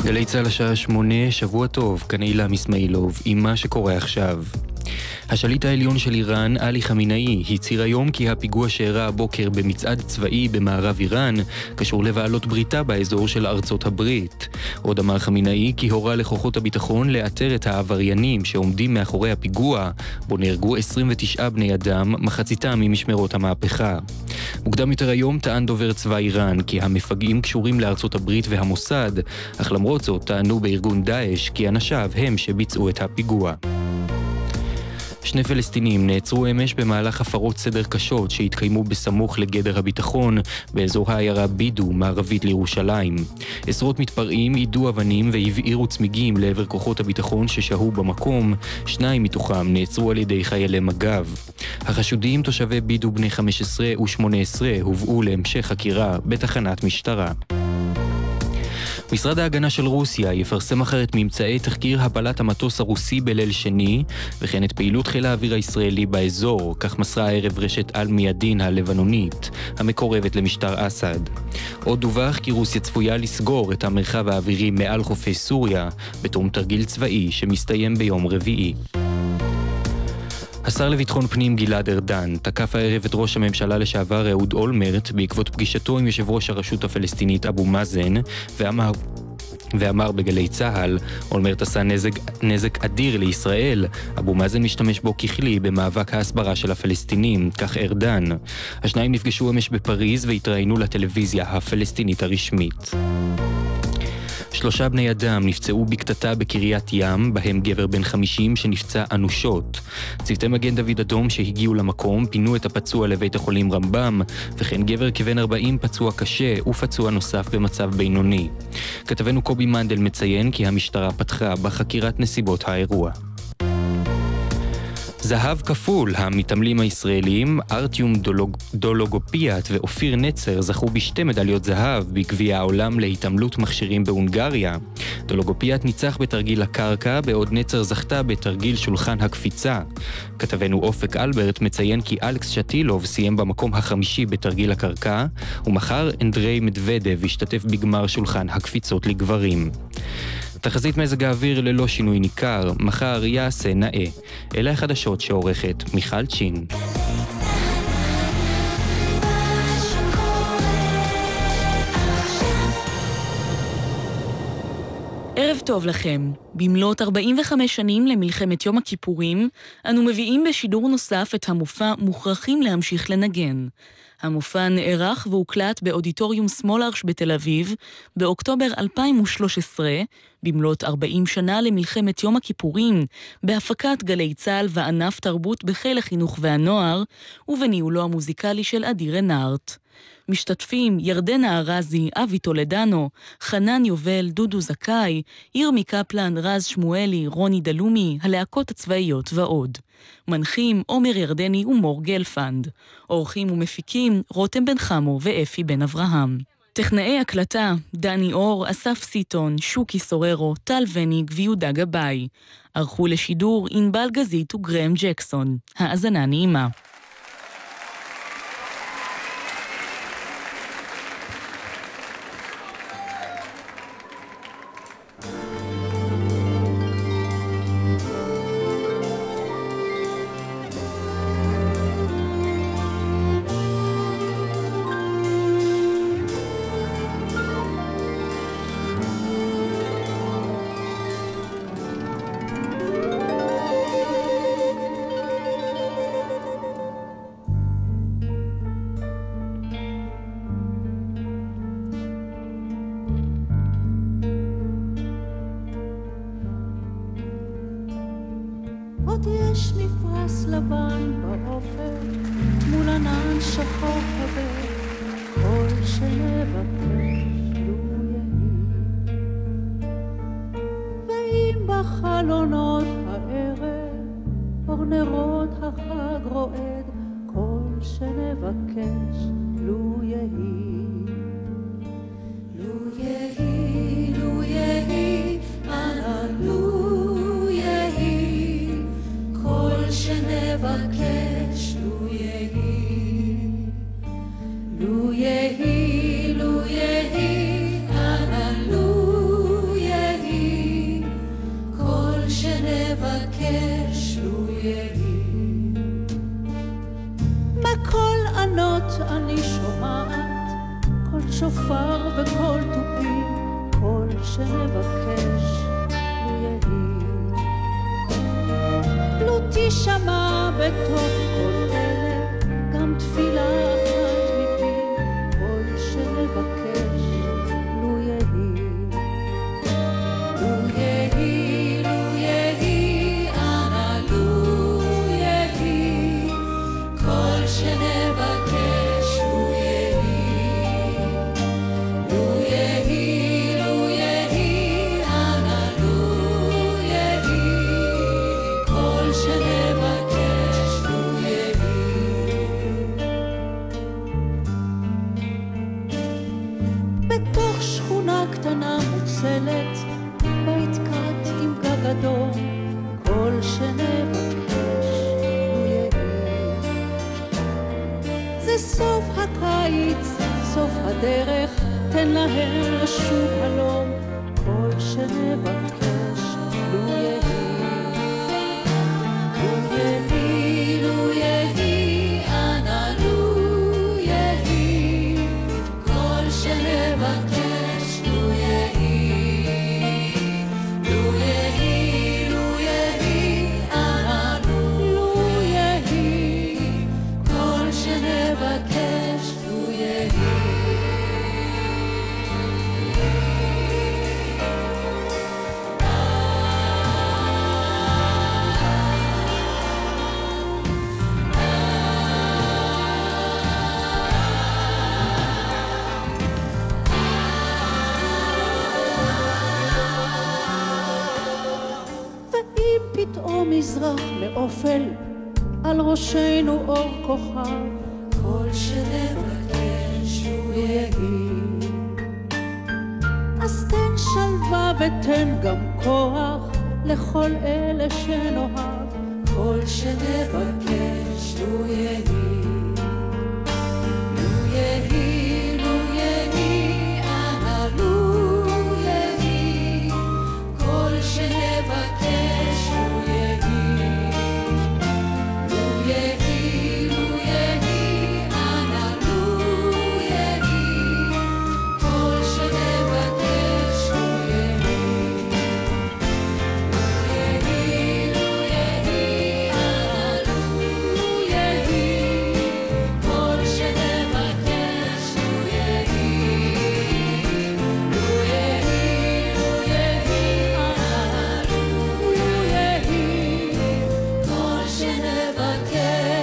גלי צהל השעה 8, שבוע טוב, כאן אילם אסמאעילוב, עם מה שקורה עכשיו. השליט העליון של איראן, עלי חמינאי, הצהיר היום כי הפיגוע שאירע הבוקר במצעד צבאי במערב איראן קשור לבעלות בריתה באזור של ארצות הברית. עוד אמר חמינאי כי הורה לכוחות הביטחון לאתר את העבריינים שעומדים מאחורי הפיגוע, בו נהרגו 29 בני אדם, מחציתם ממשמרות המהפכה. מוקדם יותר היום טען דובר צבא איראן כי המפגעים קשורים לארצות הברית והמוסד, אך למרות זאת טענו בארגון דאעש כי אנשיו הם שביצעו את הפיגוע. שני פלסטינים נעצרו אמש במהלך הפרות סדר קשות שהתקיימו בסמוך לגדר הביטחון באזור העיירה בידו, מערבית לירושלים. עשרות מתפרעים עידו אבנים והבעירו צמיגים לעבר כוחות הביטחון ששהו במקום, 2 מתוכם נעצרו על ידי חיילי מג"ב. החשודים, תושבי בידו בני 15 ו-18, הובאו להמשך חקירה בתחנת משטרה. משרד ההגנה של רוסיה יפרסם אחר את ממצאי תחקיר הפלת המטוס הרוסי בליל שני, וכן את פעילות חיל האוויר הישראלי באזור, כך מסרה הערב רשת אל מיאדין הלבנונית, המקורבת למשטר אסד. עוד דווח כי רוסיה צפויה לסגור את המרחב האווירי מעל חופי סוריה, בתום תרגיל צבאי שמסתיים ביום רביעי. השר לביטחון פנים גלעד ארדן תקף הערב את ראש הממשלה לשעבר אהוד אולמרט בעקבות פגישתו עם יושב ראש הרשות הפלסטינית אבו מאזן, ואמר בגלי צהל, אולמרט עשה נזק אדיר לישראל, אבו מאזן משתמש בו ככלי במאבק ההסברה של הפלסטינים, כך ארדן. השניים נפגשו אמש בפריז והתראיינו לטלוויזיה הפלסטינית הרשמית. 3 בני אדם נפצעו בקטטה בקריית ים, בהם גבר בן 50 שנפצע אנושות. צוותי מגן דוד אדום שהגיעו למקום פינו את הפצוע לבית החולים רמב"ם, וכן גבר כבן 40 פצוע קשה ופצוע נוסף במצב בינוני. כתבנו קובי מנדל מציין כי המשטרה פתחה בחקירת נסיבות האירוע. זהב כפול, המתעמלים הישראלים, ארטיום דולוגופיאט ואופיר נצר זכו ב2 מדליות זהב בגביע העולם להתעמלות מכשירים בהונגריה. דולוגופיאט ניצח בתרגיל הקרקע, בעוד נצר זכתה בתרגיל שולחן הקפיצה. כתבנו אופק אלברט מציין כי אלכס שטילוב סיים במקום החמישי בתרגיל הקרקע, ומחר אנדרי מדוודב השתתף בגמר שולחן הקפיצות לגברים. תחזית מזג האוויר ללא שינוי ניכר, מחר יעשה נאה. אלה החדשות שעורכת מיכל צ'ין. ערב טוב לכם. במלאת 45 שנים למלחמת יום הכיפורים, אנו מביאים בשידור נוסף את המופע מוכרחים להמשיך לנגן. המופע נערך והוקלט באודיטוריום סמולרש בתל אביב באוקטובר 2013, במלאת 40 שנה למלחמת יום הכיפורים, בהפקת גלי צהל וענף תרבות בחיל החינוך והנוער, ובניהולו המוזיקלי של אדיר רנארט. משתתפים ירדנה ארזי, אבי טולדנו, חנן יובל, דודו זכאי, ירמי קפלן, רז שמואלי, רוני דלומי, הלהקות הצבאיות ועוד. מנחים עומר ירדני ומור גלפנד. אורחים ומפיקים רותם בן חמו ואפי בן אברהם. טכנאי הקלטה דני אור, אסף סיטון, שוקי סוררו, טל וניג ויהודה גבאי. ערכו לשידור ענבל גזית וגרם ג'קסון. האזנה נעימה. עוד יש מפרס לבן באופק, מול ענן שחור כבד, כל שנבקש לו יהי. ואם בחלונות הערב, אור נרות החג רועד, כל שנבקש לו יהי. לו יהי, לו יהי, אנא לו יהי, כל שנבקש לו יהי. לו יהי, לו יהי, אנא לו יהי, יהי. מקול ענות אני שומעת, קול שופר וקול תופים, קול שנבקש לו יהי. לו תשמע בתוך כל אלה גם תפילה אחת מפי, קול שנבקש לו יהי. לו יהי, לו יהי, אנא לו יהי, קול שנבקש לו יהי. לו יהי, לו יהי, אנא לו יהי, קול שנבקש לו יהי. בתוך שכונה קטנה מוצלת, בית קט עם גג אדום, קול שנבקש לו יהי. זה סוף הקיץ, סוף הדרך, תן להם לשוב הלום, קול שנבקש לו יהי. לו יהי, לו יהי, אנא לו יהי, קול שנבקש לו יהי. לו יהי, לו יהי, אנא לו יהי, קול שנבקש לו יהי. ואם פתאום מזרח לאופל, על ראשנו אור כוכב, קול שנבקש לו יהי. אז תן שלווה ותן גם כוח לכל אלה שנאהב, קול שנבקש לו יהי. לו יהי, לו יהי, אנא לו יהי, קול שנבקש לו יהי. לו יהי, לו יהי, אנא לו יהי, קול שנבקש לו יהי. לו יהי, לו יהי, אנא לו יהי, קול שנבקש לו יהי. לו יהי, לו יהי, אנא לו יהי, קול שנבקש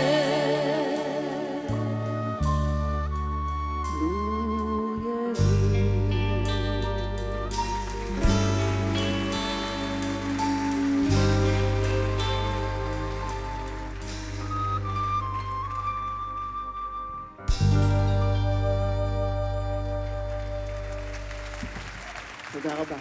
תודה רבה.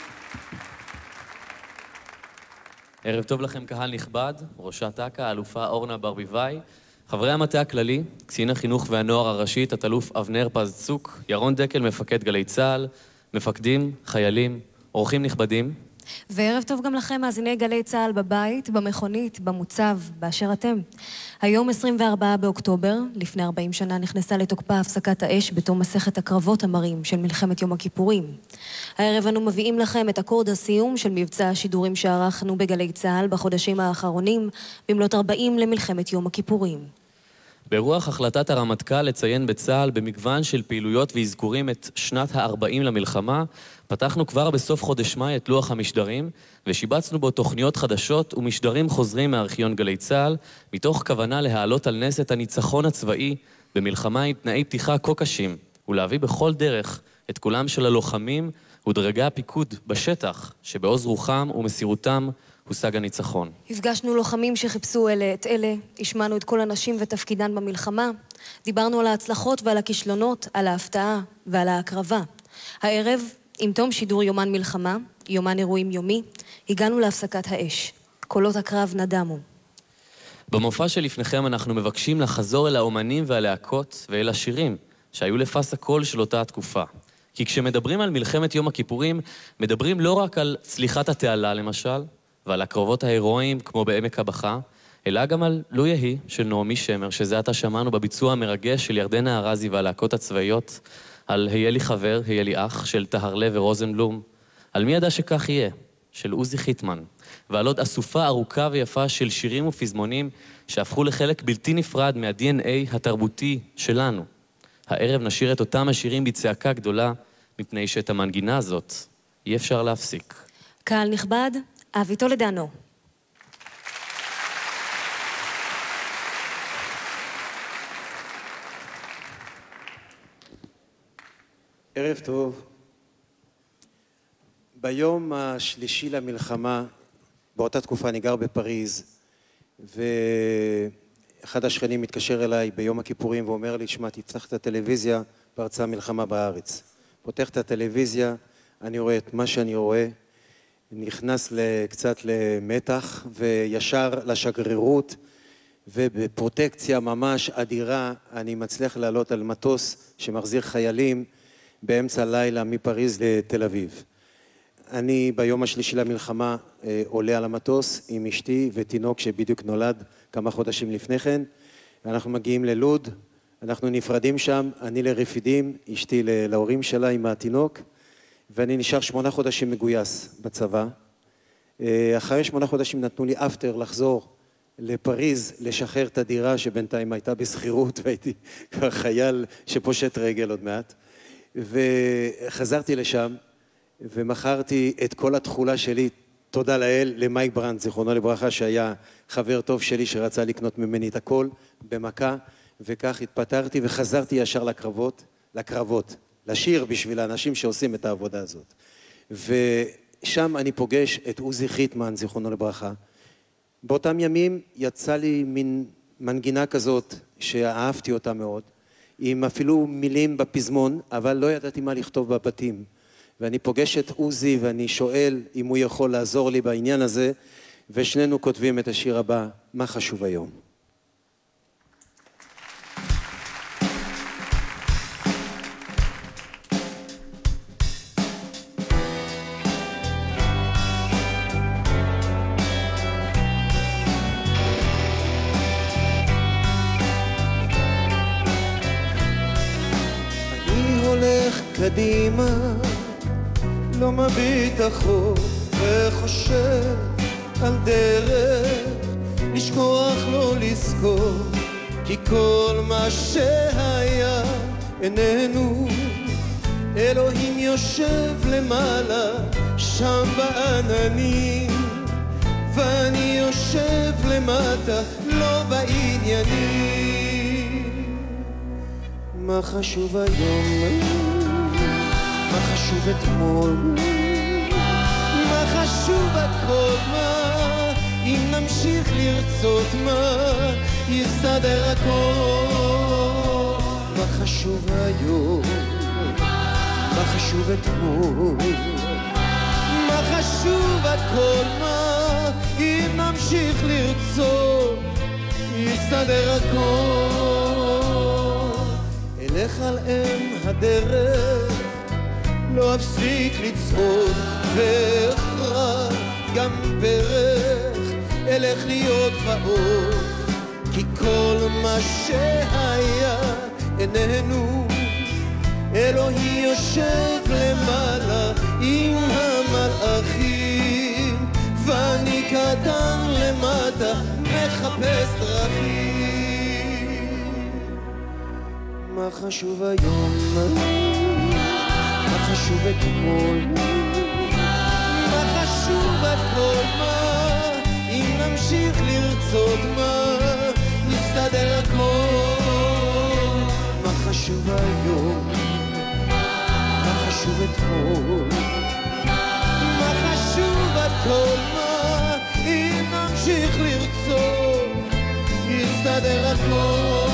ערב טוב לכם קהל נכבד, ראשת אכ"א, האלופה אורנה ברביבאי, חברי המטה הכללי, קצין החינוך והנוער הראשי, תת-אלוף אבנר פז צוק, ירון דקל, מפקד גלי צה"ל, מפקדים, חיילים, אורחים נכבדים. וערב טוב גם לכם, מאזיני גלי צה"ל בבית, במכונית, במוצב, באשר אתם. היום 24 באוקטובר, לפני 40 שנה, נכנסה לתוקפה הפסקת האש בתום מסכת הקרבות המרים של מלחמת יום הכיפורים. הערב אנו מביאים לכם את אקורד הסיום של מבצע השידורים שערכנו בגלי צה"ל בחודשים האחרונים, במלאת 40 למלחמת יום הכיפורים. ברוח החלטת הרמטכ"ל לציין בצה"ל במגוון של פעילויות והזכורים את שנת ה-40 למלחמה, פתחנו כבר בסוף חודש מאי את לוח המשדרים, ושיבצנו בו תוכניות חדשות ומשדרים חוזרים מארכיון גלי צה"ל, מתוך כוונה להעלות על נס את הניצחון הצבאי במלחמה עם תנאי פתיחה כה קשים, ולהביא בכל דרך את קולם של הלוחמים ודרגי הפיקוד בשטח, שבעוז רוחם ומסירותם הושג הניצחון. הפגשנו לוחמים שחיפשו אלה את אלה, השמענו את כל הנשים ותפקידן במלחמה, דיברנו על ההצלחות ועל הכישלונות, על ההפתעה ועל ההקרבה. הערב, עם תום שידור יומן מלחמה, יומן אירועים יומי, הגענו להפסקת האש. קולות הקרב נדמו. במופע שלפניכם אנחנו מבקשים לחזור אל האומנים והלהקות ואל השירים שהיו לפס הקול של אותה התקופה. כי כשמדברים על מלחמת יום הכיפורים, מדברים לא רק על צליחת התעלה למשל, ועל הקרבות ההירואיים כמו בעמק הבכה, אלא גם על לו יהי של נעמי שמר, שזה עתה שמענו בביצוע המרגש של ירדנה ארזי והלהקות הצבאיות, על היה לי חבר, היה לי אח, של טהרלב ורוזנבלום, על מי ידע שכך יהיה, של עוזי חיטמן, ועל עוד אסופה ארוכה ויפה של שירים ופזמונים שהפכו לחלק בלתי נפרד מה-DNA התרבותי שלנו. הערב נשיר את אותם השירים בצעקה גדולה, מפני שאת המנגינה הזאת אי אפשר להפסיק. קהל נכבד, אבי טולדנו. ערב טוב. ביום השלישי למלחמה, באותה תקופה אני גר בפריז, ואחד השכנים מתקשר אליי ביום הכיפורים ואומר לי, שמע, תפתח את הטלוויזיה, פרצה מלחמה בארץ. פותח את הטלוויזיה, אני רואה את מה שאני רואה, נכנס קצת למתח, וישר לשגרירות, ובפרוטקציה ממש אדירה, אני מצליח לעלות על מטוס שמחזיר חיילים באמצע הלילה מפריז לתל אביב. אני ביום השלישי למלחמה עולה על המטוס עם אשתי ותינוק שבדיוק נולד כמה חודשים לפני כן, ואנחנו מגיעים ללוד, אנחנו נפרדים שם, אני לרפידים, אשתי להורים שלה עם התינוק, ואני נשאר 8 חודשים מגויס בצבא. אחרי 8 חודשים נתנו לי אפטר לחזור לפריז, לשחרר את הדירה שבינתיים הייתה בסחירות, והייתי כבר חייל שפושט רגל עוד מעט. וחזרתי לשם, ומכרתי את כל התחולה שלי, תודה לאל, למייק ברנד, זיכרונו לברכה, שהיה חבר טוב שלי שרצה לקנות ממני את הכל במכה, וכך התפטרתי וחזרתי ישר לקרבות, לשיר בשביל האנשים שעושים את העבודה הזאת. ושם אני פוגש את עוזי חיטמן, זיכרונו לברכה. באותם ימים יצא לי מין מנגינה כזאת שאהבתי אותה מאוד, עם אפילו מילים בפזמון, אבל לא ידעתי מה לכתוב בבתים. ואני פוגש את עוזי ואני שואל אם הוא יכול לעזור לי בעניין הזה, ושנינו כותבים את השיר הבא, מה חשוב היום. אני הולך קדימה, לא מביט אחור וחושב על דרך, לשכוח לא לזכור, כי כל מה שהיה איננו. אלוהים יושב למעלה שם בעננים, ואני יושב למטה לא בעניינים. מה חשוב היום? מה חשוב אתמול? מה חשוב הכל? מה אם נמשיך לרצות? מה יסתדר הכל? מה חשוב היום? מה חשוב אתמול? מה חשוב הכל? מה אם נמשיך לרצות? יסתדר הכל. אלך על אם הדרך, לא אפסיק לצעוד ואחרד גם ברך, אלך להיות ועוד, כי כל מה שהיה איננו. אלוהי יושב למעלה עם המלאכים, ואני קטן למטה מחפש דרכים. מה חשוב היום? מה חשוב אתמול? מה חשוב הכל? מה אם נמשיך לרצות? מה נסתדר הכל? מה חשוב היום? מה חשוב אתמול? מה חשוב הכל? מה אם נמשיך לרצות? נסתדר הכל.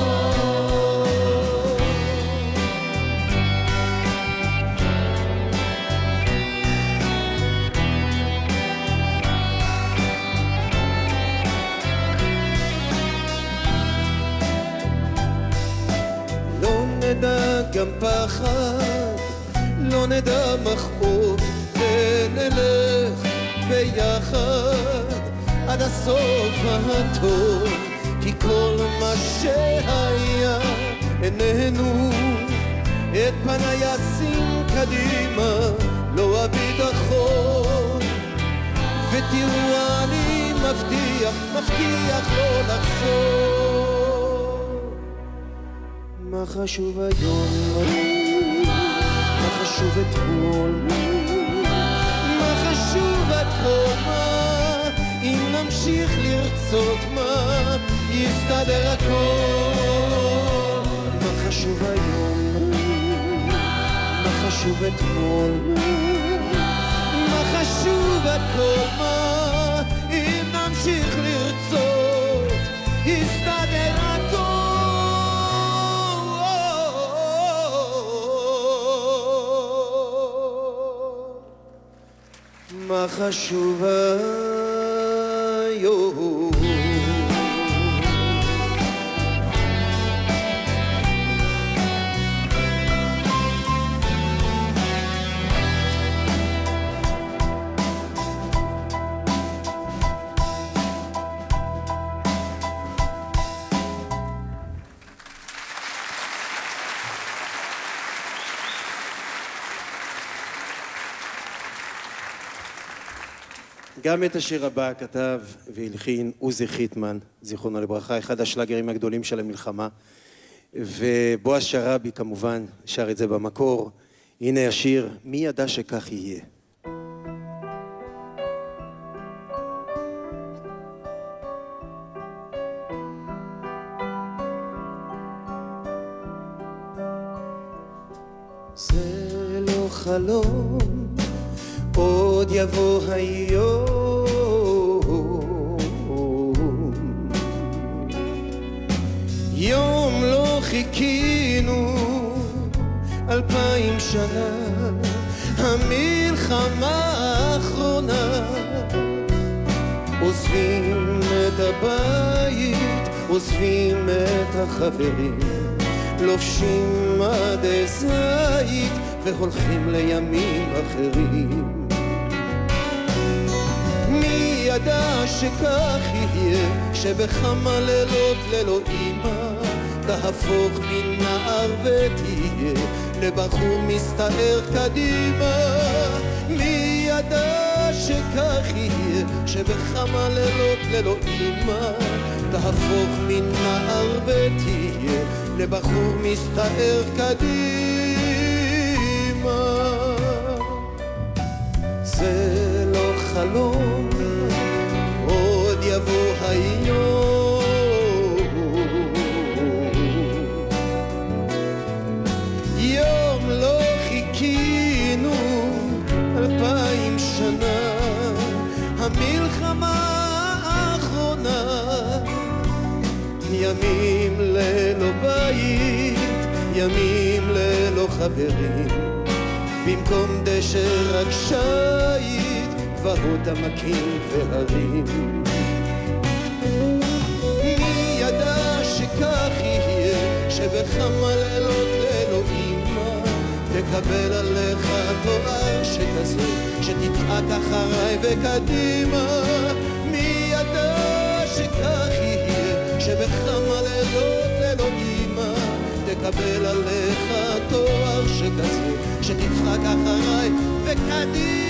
נדע גם פחד, לא נדע מכאוב, ונלך ביחד עד הסוף הטוב, כי כל מה שהיה איננו, את פניי אשים קדימה, לא הביטחון, ותראו אני מבטיח לא לחזור. מה חשוב היום? מה חשוב אתמול? מה חשוב הכל? אם נמשיך לרצות מה יסתדר הכל. מה חשוב היום? מה חשוב אתמול? מה חשוב הכל? אם נמשיך לרצות יסתדר הכל. מה חשוב היום? גם את השיר הבא כתב והלחין עוזי חיטמן, זיכרונו לברכה, אחד השלאגרים הגדולים של המלחמה, ובועז שרעבי כמובן שר את זה במקור. הנה השיר, מי ידע שכך יהיה. זה לא חלום, עוד יבוא היום, יום לא חיכינו 2000 שנה, המלחמה האחרונה. עוזבים את הבית, עוזבים את החברים, לובשים מדי זית והולכים לימים אחרים. מי ידע שכך יהיה, שבכמה לילות ללא אמא תהפוך מנער ותהיה לבחור מסתער קדימה. מי ידע שכך יהיה, שבכמה לילות ללא אמא תהפוך מנער ותהיה לבחור מסתער קדימה. זה לא חלום, עוד יבוא היום, יום לא חיכינו 2000 שנה, המלחמה האחרונה. ימים ללא בית, ימים ללא חברים, במקום דשא רק שית, גבעות עמקים והרים. מי ידע שכך יהיה, שבכמה לילות ללא אמא תקבל עליך תואר שכזה, שתצעק אחריי וקדימה. מי ידע שכך יהיה, שבכמה לילות ללא אמא תקבל עליך תואר שכזה, שתצחק אחריי וקדימה.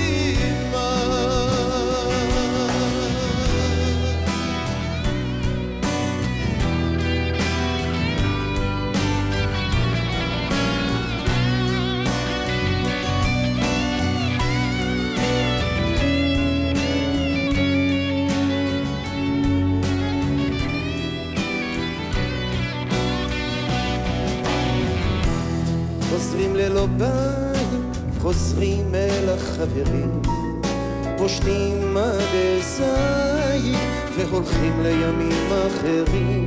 חוזרים ללא בית, חוזרים אל החברים, פושטים מדי זית והולכים לימים אחרים.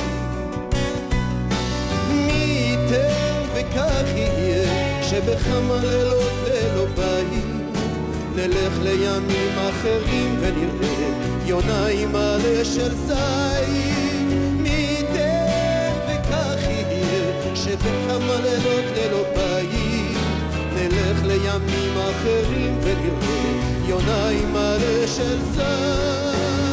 מי ייתן וכך יהיה, שבכמה לילות ללא בית נלך לימים אחרים ונראה יונה עם עלה של זית. מי ייתן וכך יהיה, שבכמה לילות ללא בית נלך לימים אחרים ונראה יונה עם עלה של זית.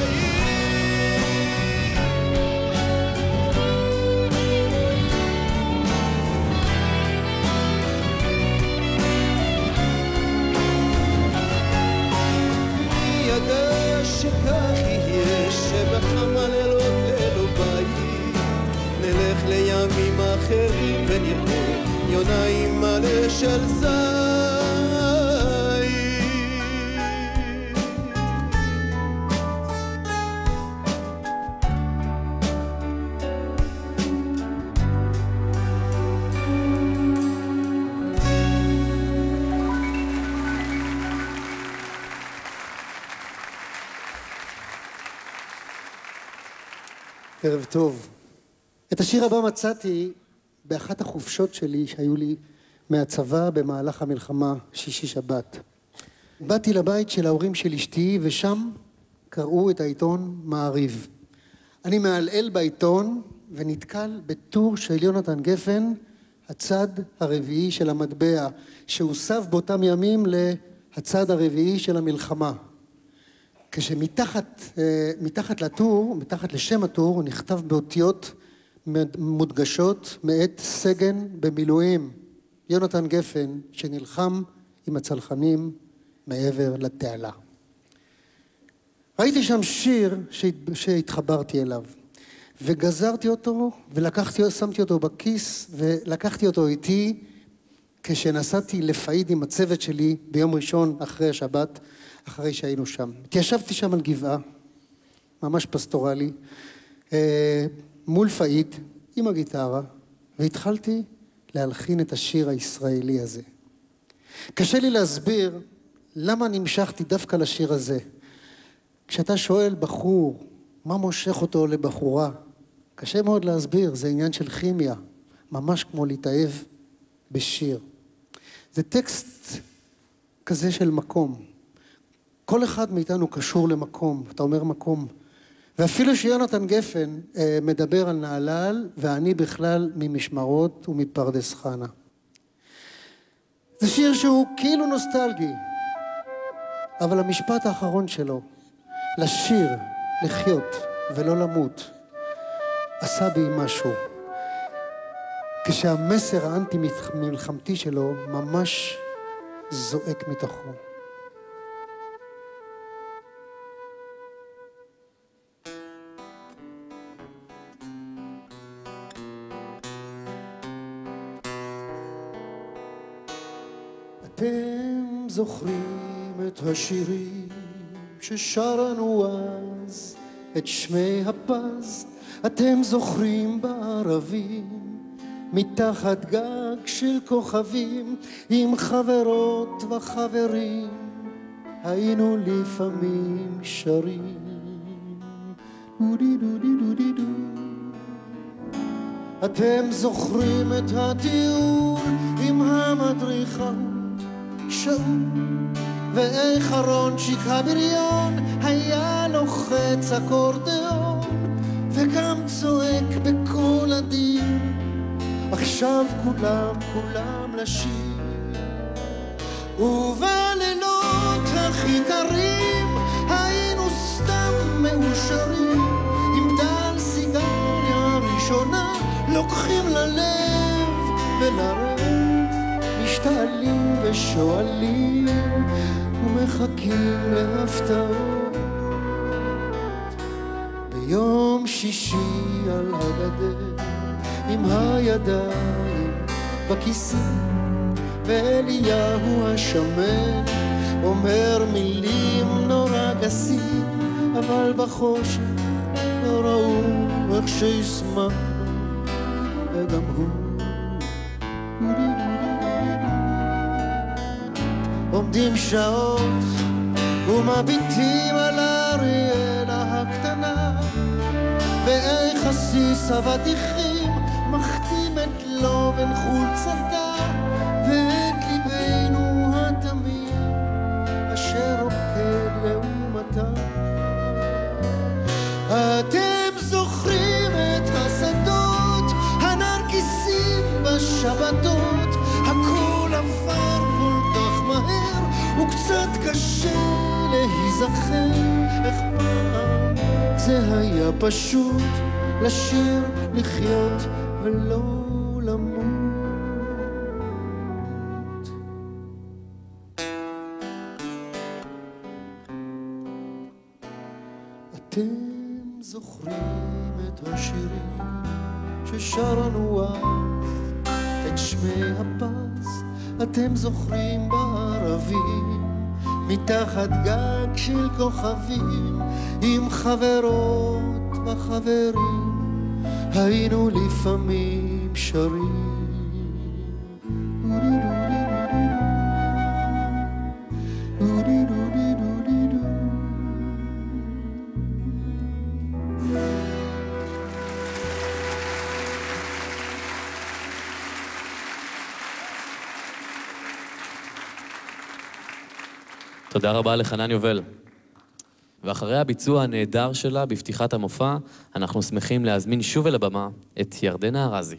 יוניים מלא של זית. ערב טוב. את השיר הבא מצאתי באחת החופשות שלי שהיו לי מהצבא במהלך המלחמה, שישי שבת. באתי לבית של ההורים של אשתי ושם קראו את העיתון מעריב. אני מעלעל בעיתון ונתקל בטור של יונתן גפן, הצד הרביעי של המטבע, שהוסף באותם ימים להצד הרביעי של המלחמה. כשמתחת לטור, מתחת לשם הטור, נכתב באותיות מודגשות מאת סגן במילואים, יונתן גפן, שנלחם עם הצלחנים מעבר לתעלה. ראיתי שם שיר שהתחברתי אליו, וגזרתי אותו, שמתי אותו בכיס, ולקחתי אותו איתי, כשנסעתי לפעיד עם הצוות שלי ביום ראשון אחרי השבת, אחרי שהיינו שם. התיישבתי שם על גבעה, ממש פסטורלי, מול פעיד, עם הגיטרה, והתחלתי להלחין את השיר הישראלי הזה. קשה לי להסביר למה נמשכתי דווקא לשיר הזה. כשאתה שואל בחור, מה מושך אותו לבחורה? קשה מאוד להסביר, זה עניין של כימיה, ממש כמו להתאהב בשיר. זה טקסט כזה של מקום. כל אחד מאיתנו קשור למקום, אתה אומר מקום. ואפילו שיונתן גפן מדבר על נהלל, ואני בכלל ממשמרות ומפרדס חנה. זה שיר שהוא כאילו נוסטלגי, אבל המשפט האחרון שלו, לשיר, לחיות ולא למות, עשה בי משהו. כשהמסר האנטי-מלחמתי שלו ממש זועק מתוכו. אתם זוכרים את השירים ששרנו אז, את שמי הפז, אתם זוכרים בערבים, מתחת גג של כוכבים, עם חברות וחברים, היינו לפעמים שרים. אתם זוכרים את הטיול עם המדריכה ואיך ארונצ'יק הבריון היה לוחץ אקורדיון וגם צועק בקול אדיר, עכשיו כולם לשיר. ובלילות הכי קרים היינו סתם מאושרים, עם דל סיגריה ראשונה לוקחים ללב ולרב, משתעלים ושואלים ומחכים להפתעות. ביום שישי על הגדר עם הידיים בכיסים, ואליהו השמן אומר מילים נורא גסים, אבל בחושך לא ראו איך שישמחנו וגם הוא. עומדים שעות ומביטים על אריאלה הקטנה, ואיך הסיס אבטיחים מחתים את לובן חולצתה, ואת ליבנו התמיד אשר רוקד לעומתה. אתם זוכרים את השדות הנרקיסים בשבתות, הכל עבר כל כך מהר וקצת קשה להיזכר איך פעם זה היה פשוט לשיר, לחיות ולא למות. אתם זוכרים את השירים ששרנו אז, את את שמי הפס אתם זוכרים בערבים, מתחת גג של כוכבים, עם חברות וחברים, היינו לפעמים שרים. תודה רבה לחנן יובל. ואחרי הביצוע הנהדר שלה בפתיחת המופע, אנחנו שמחים להזמין שוב אל הבמה את ירדנה ארזי.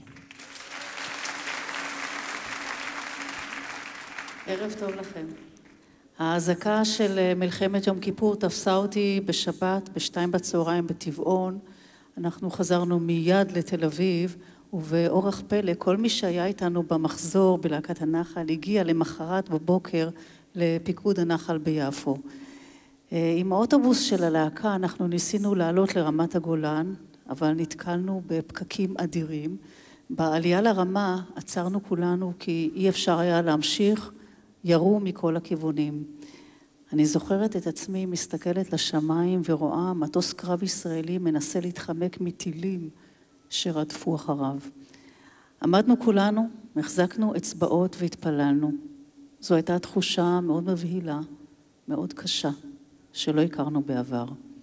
ערב טוב לכם. ההזקה של מלחמת יום כיפור תפסה אותי בשבת, ב14:00 בטבעון. אנחנו חזרנו מיד לתל אביב, ובאורח פלא, כל מי שהיה איתנו במחזור בלהקת הנחל הגיע למחרת בבוקר לפיקוד הנחל ביפו. עם האוטובוס של הלהקה אנחנו ניסינו לעלות לרמת הגולן, אבל נתקלנו בפקקים אדירים. בעלייה לרמה עצרנו כולנו כי אי אפשר היה להמשיך, ירו מכל הכיוונים. אני זוכרת את עצמי מסתכלת לשמיים ורואה מטוס קרב ישראלי מנסה להתחמק מטילים שרדפו אחריו. עמדנו כולנו, החזקנו אצבעות והתפללנו. זו הייתה תחושה מאוד מבהילה, מאוד קשה, שלא הכרנו בעבר.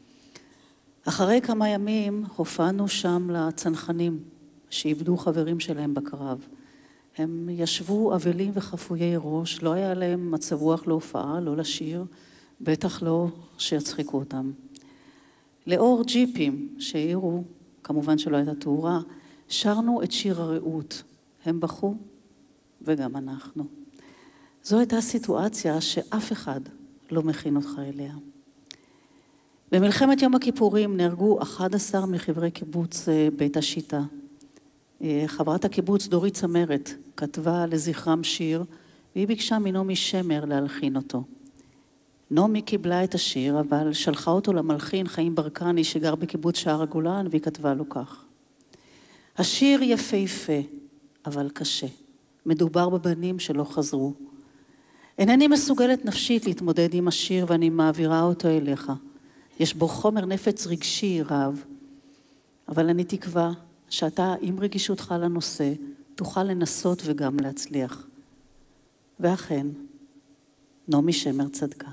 אחרי כמה ימים הופענו שם לצנחנים שאיבדו חברים שלהם בקרב. הם ישבו אבלים וחפויי ראש, לא היה להם מצב רוח להופעה, לא לשיר, בטח לא שיצחיקו אותם. לאור ג'יפים שהעירו, כמובן שלא הייתה תאורה, שרנו את שיר הרעות. הם בכו וגם אנחנו. זו הייתה סיטואציה שאף אחד לא מכין אותך אליה. במלחמת יום הכיפורים נהרגו 11 מחברי קיבוץ בית השיטה. חברת הקיבוץ דורית צמרת כתבה לזכרם שיר, והיא ביקשה מנעמי שמר להלחין אותו. נעמי קיבלה את השיר, אבל שלחה אותו למלחין חיים ברקני שגר בקיבוץ שער הגולן, והיא כתבה לו כך. השיר יפהפה, אבל קשה. מדובר בבנים שלא חזרו. אינני מסוגלת נפשית להתמודד עם השיר ואני מעבירה אותו אליך. יש בו חומר נפץ רגשי רב, אבל אני תקווה שאתה עם רגישותך לנושא תוכל לנסות וגם להצליח. ואכן, נעמי שמר צדקה.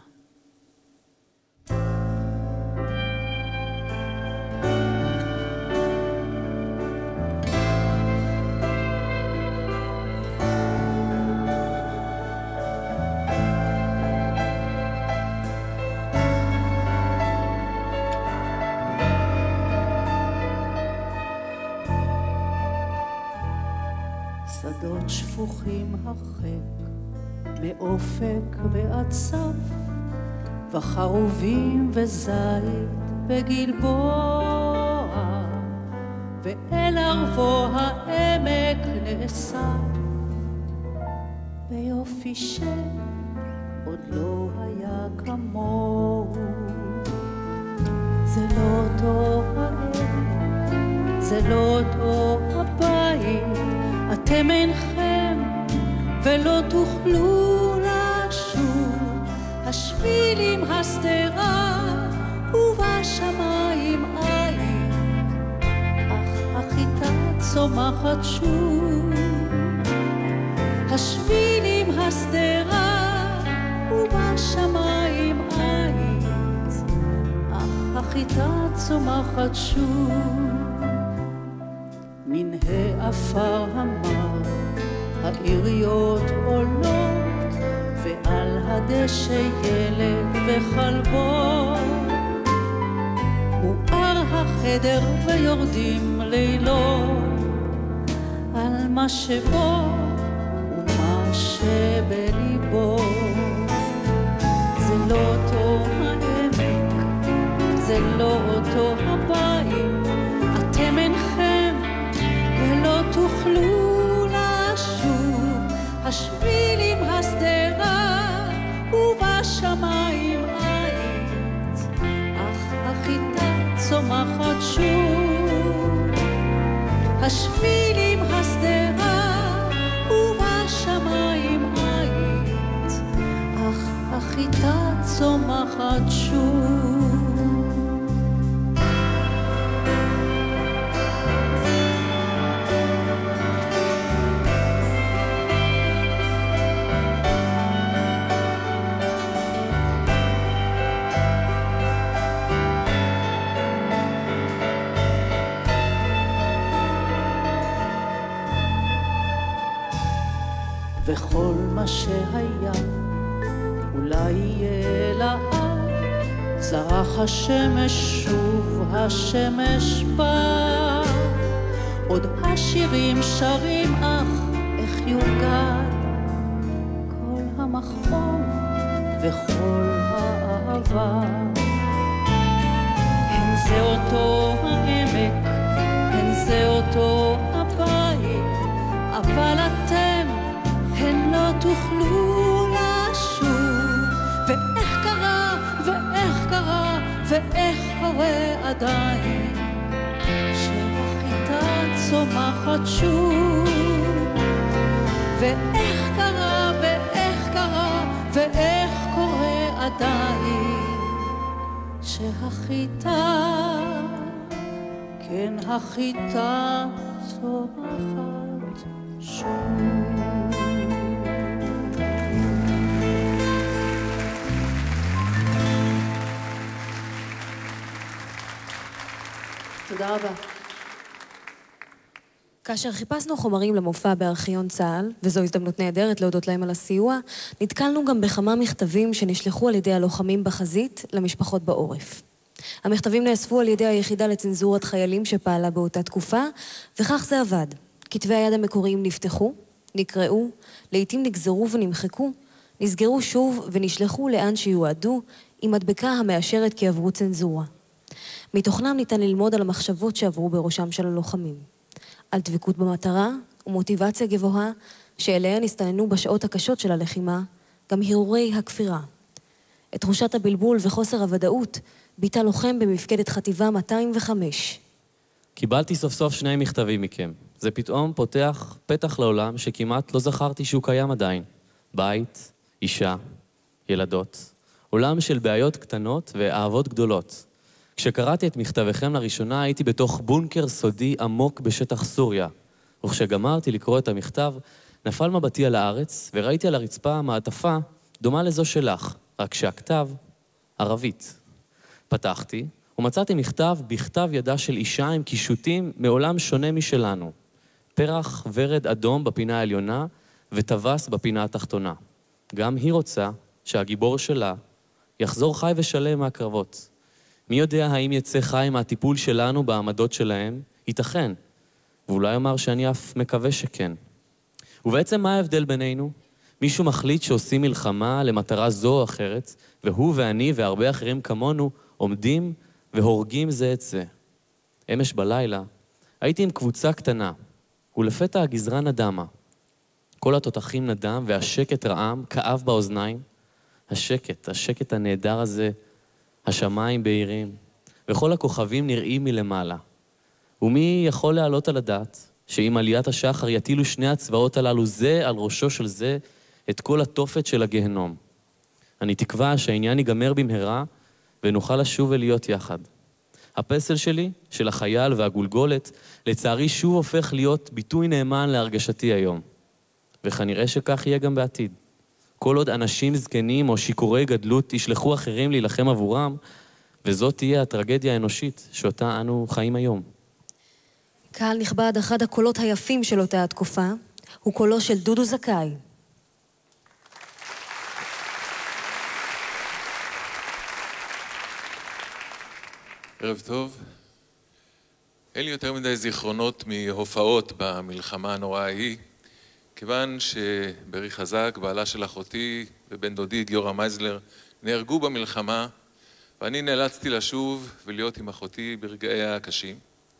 שדות שפוכים הרחק, מאופק ועד סף, וחרובים וזית בגלבוע, ואל ערבו העמק נאסף, ביופי שעוד לא היה כמוהו. זה לא אותו העמק, זה לא אותו הבית, אתם אינכם ולא תוכלו לשוב. השביל עם הסתרה ובשמיים עין, אך החיטה צומחת שוב. השביל עם הסתרה ובשמיים עין, אך החיטה צומחת שוב. מן העפר המר העיריות עולות, ועל הדשא ילד וחלבו, מואר החדר ויורדים לילות על מה שבו ומה שבליבו. זה לא אותו העמק, זה לא אותו הבית, אתם אינכם ולא תוכלו לשוב. השביל עם הסדרה ובשמיים עית, אך החיטה צומחת שוב. השביל עם הסדרה וכל מה שהיה אולי יהיה לעד. זרח השמש שוב, השמש בא, עוד השירים שרים, אך איך יורגד כל המחוב וכל האהבה. הן זה אותו העמק, הן זה אותו הבית, אבל אתם הן לא תוכלו לשוב. ואיך קרה, ואיך קרה, ואיך קורה עדיין שהחיטה צומחת שוב. ואיך קרה, ואיך קרה, ואיך קורה עדיין שהחיטה, כן החיטה צומחת שוב. תודה רבה. כאשר חיפשנו חומרים למופע בארכיון צה"ל, וזו הזדמנות נהדרת להודות להם על הסיוע, נתקלנו גם בכמה מכתבים שנשלחו על ידי הלוחמים בחזית למשפחות בעורף. המכתבים נאספו על ידי היחידה לצנזורת חיילים שפעלה באותה תקופה, וכך זה עבד. כתבי היד המקוריים נפתחו, נקראו, לעתים נגזרו ונמחקו, נסגרו שוב ונשלחו לאן שיועדו, עם מדבקה המאשרת כי עברו צנזורה. מתוכנם ניתן ללמוד על המחשבות שעברו בראשם של הלוחמים. על דבקות במטרה ומוטיבציה גבוהה שאליהן הסתננו בשעות הקשות של הלחימה, גם הרהורי הכפירה. את תחושת הבלבול וחוסר הוודאות ביטא לוחם במפקדת חטיבה 205. קיבלתי סוף סוף 2 מכתבים מכם. זה פתאום פותח פתח לעולם שכמעט לא זכרתי שהוא קיים עדיין. בית, אישה, ילדות. עולם של בעיות קטנות ואהבות גדולות. כשקראתי את מכתביכם לראשונה הייתי בתוך בונקר סודי עמוק בשטח סוריה. וכשגמרתי לקרוא את המכתב, נפל מבטי על הארץ וראיתי על הרצפה מעטפה דומה לזו שלך, רק שהכתב ערבית. פתחתי ומצאתי מכתב בכתב ידה של אישה עם קישוטים מעולם שונה משלנו. פרח ורד אדום בפינה העליונה וטווס בפינה התחתונה. גם היא רוצה שהגיבור שלה יחזור חי ושלם מהקרבות. מי יודע האם יצא חי מהטיפול שלנו בעמדות שלהם? ייתכן. ואולי אומר שאני אף מקווה שכן. ובעצם מה ההבדל בינינו? מישהו מחליט שעושים מלחמה למטרה זו או אחרת, והוא ואני והרבה אחרים כמונו עומדים והורגים זה את זה. אמש בלילה הייתי עם קבוצה קטנה, ולפתע הגזרה נדמה. כל התותחים נדם והשקט רעם, כאב באוזניים. השקט הנהדר הזה, השמיים בהירים, וכל הכוכבים נראים מלמעלה. ומי יכול להעלות על הדעת שעם עליית השחר יטילו 2 הצבאות הללו זה על ראשו של זה את כל התופת של הגהנום. אני תקווה שהעניין ייגמר במהרה ונוכל לשוב ולהיות יחד. הפסל שלי, של החייל והגולגולת, לצערי שוב הופך להיות ביטוי נאמן להרגשתי היום. וכנראה שכך יהיה גם בעתיד. כל עוד אנשים זקנים או שיקורי גדלות ישלחו אחרים להילחם עבורם, וזאת תהיה הטרגדיה האנושית שאותה אנו חיים היום. קהל נכבד, אחד הקולות היפים של אותה התקופה, הוא קולו של דודו זכאי. ערב טוב. אין לי יותר מדי זיכרונות מהופעות במלחמה הנוראה ההיא, כיוון שברי חזק, בעלה של אחותי ובן דודי גיורא מייזלר נהרגו במלחמה, ואני נאלצתי לשוב ולהיות עם אחותי ברגעיה הקשים.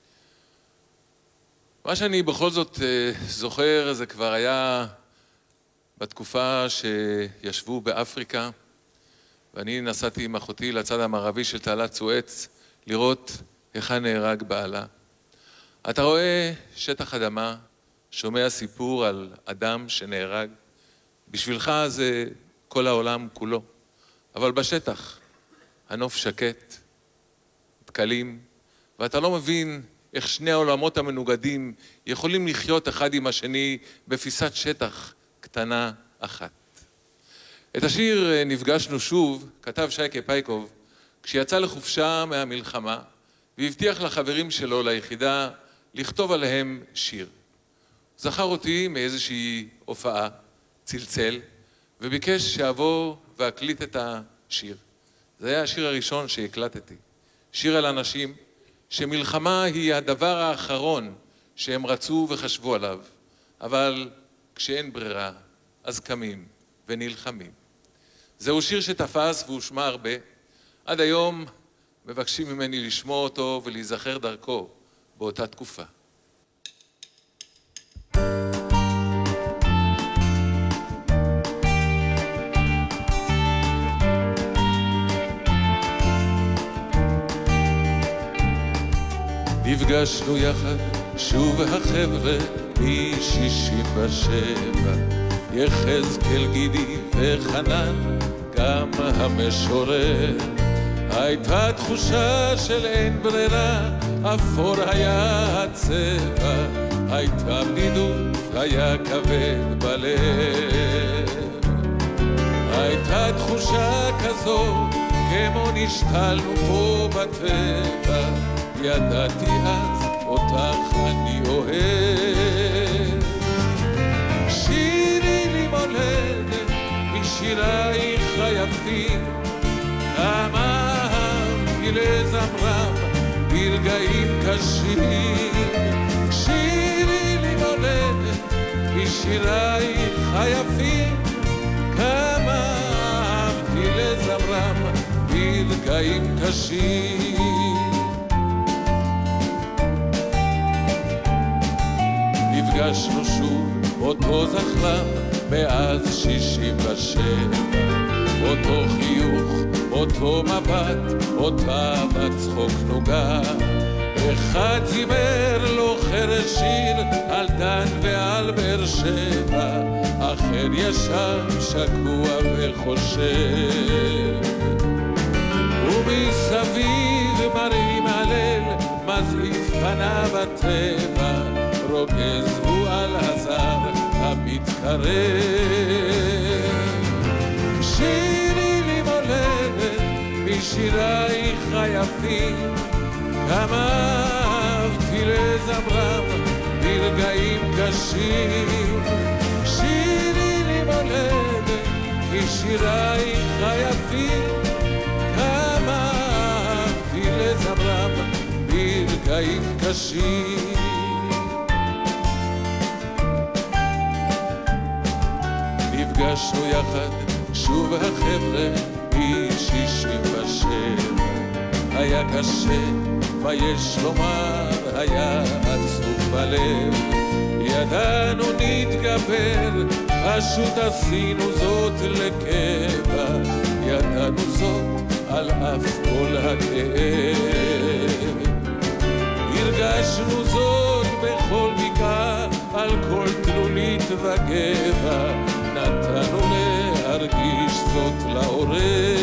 מה שאני בכל זאת זוכר זה כבר היה בתקופה שישבו באפריקה, ואני נסעתי עם אחותי לצד המערבי של תעלת סואץ לראות היכן נהרג בעלה. אתה רואה שטח אדמה, שומע סיפור על אדם שנהרג. בשבילך זה כל העולם כולו. אבל בשטח, הנוף שקט, דקלים, ואתה לא מבין איך שני העולמות המנוגדים יכולים לחיות אחד עם השני בפיסת שטח קטנה אחת. את השיר נפגשנו שוב, כתב שייקה פייקוב, כשיצא לחופשה מהמלחמה, והבטיח לחברים שלו ליחידה לכתוב עליהם שיר. זכר אותי מאיזושהי הופעה, צלצל וביקש שאבוא ואקליט את השיר. זה היה השיר הראשון שהקלטתי. שיר על אנשים שמלחמה היא הדבר האחרון שהם רצו וחשבו עליו, אבל כשאין ברירה, אז קמים ונלחמים. זהו שיר שתפס והושמע הרבה. עד היום מבקשים ממני לשמוע אותו ולהיזכר דרכו באותה תקופה. נפגשנו יחד שוב החבר'ה מ-67, יחזקאל גידי וחנן גם המשורר. הייתה תחושה של אין ברירה, אפור היה הצבע, הייתה בדידות, היה כבד בלב. הייתה תחושה כזאת כמו נשתלנו פה בטבע, ידעתי אז אותך אני אוהב. שירי לי מולדת משירייך היפים, כמה אהבתי לזמרם ברגעים קשים. שירי לי מולדת משירייך היפים, כמה אהבתי לזמרם ברגעים קשים. נפגשנו שוב אותו זחלם מאז 67, אותו חיוך, אותו מבט, אותה בצחוק נוגה. אחד זימר לו חרש שיר על דן ועל באר שבע, אחר ישב שקוע וחושב. ומסביב מרים הלל מזעיף פניו הטבע, רוגז הוא על הזר המתקרב. שירי לי מולדת משירייך היפים, כמה אהבתי לזמרם ברגעים קשים. שירי לי מולדת משירייך היפים, כמה אהבתי לזמרם ברגעים קשים. נפגשנו יחד שוב החבר'ה מ-67, היה קשה, מה יש לומר, היה עצוב בלב. ידענו נתגבר, פשוט עשינו זאת לקבע, ידענו זאת על אף כל הכאב. הרגשנו זאת בכל בקעה, על כל תלולית וגבע, נתנו להרגיש זאת לעורב.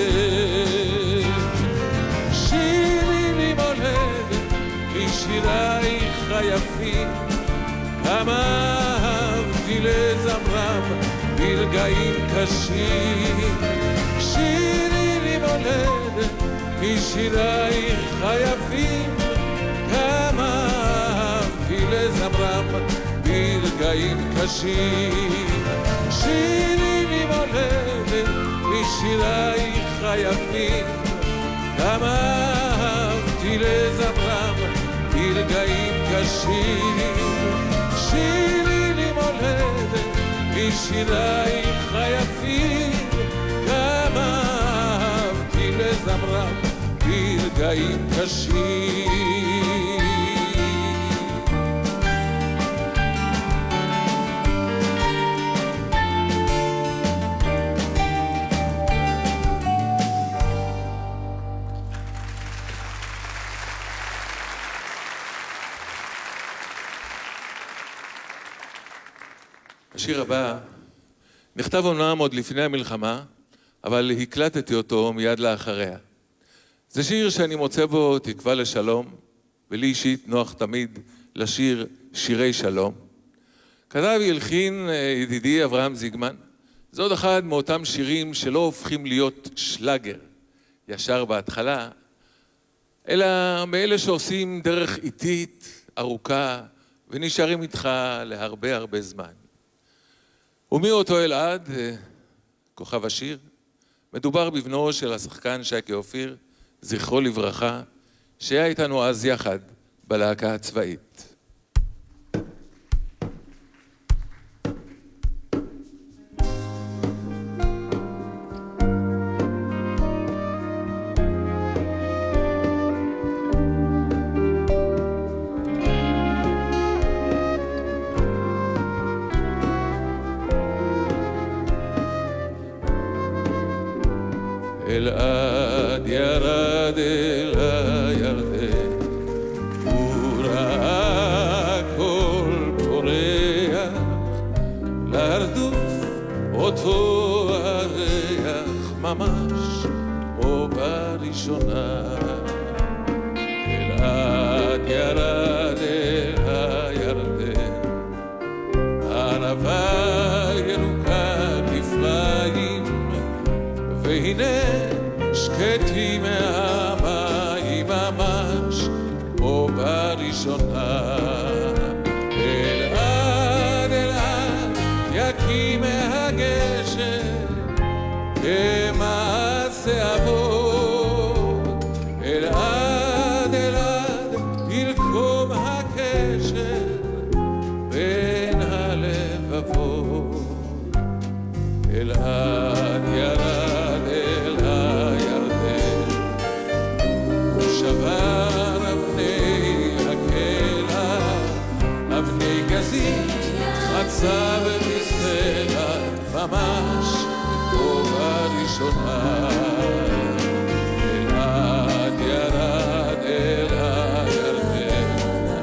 שירי לי מולדת משירייך היפים, כמה אהבתי לזמרם ברגעים קשים. שירי לי מולדת משירייך היפים, כמה אהבתי לזמרם ברגעים קשים. שירי לי מולדת משירייך היפים, כמה אהבתי לזמרם ברגעים קשים. שירי לי מולדת משירייך היפים, כמה אהבתי לזמרם ברגעים קשים. השיר הבא נכתב אומנם עוד לפני המלחמה, אבל הקלטתי אותו מיד לאחריה. זה שיר שאני מוצא בו תקווה לשלום, ולי אישית נוח תמיד לשיר שירי שלום. כתב והלחין ידידי אברהם זיגמן. זה עוד אחד מאותם שירים שלא הופכים להיות שלאגר ישר בהתחלה, אלא מאלה שעושים דרך איטית, ארוכה, ונשארים איתך להרבה הרבה זמן. ומי אותו אלעד? כוכב השיר. מדובר בבנו של השחקן שייקה אופיר, זכרו לברכה, שהיה איתנו אז יחד בלהקה הצבאית. אלעד ירד אל הירדן, הוא ראה כל פורח, להרדוף אותו הריח ממש או בראשונה. אלעד ירד אל הירדן, ערבה ינוקה כפליים, והנה שקטי מהמים ממש או בראשונה. אלעד אלעד יקי מהגשר כמעשה אבות, אלעד אלעד ילקום הקשר בין הלבבות. אלעד ירד אל הירדן, הוא שבר אבני הקלע, אבני גזית חצה ומסלע ממש פה בראשונה. אלעד ירד אל הירדן,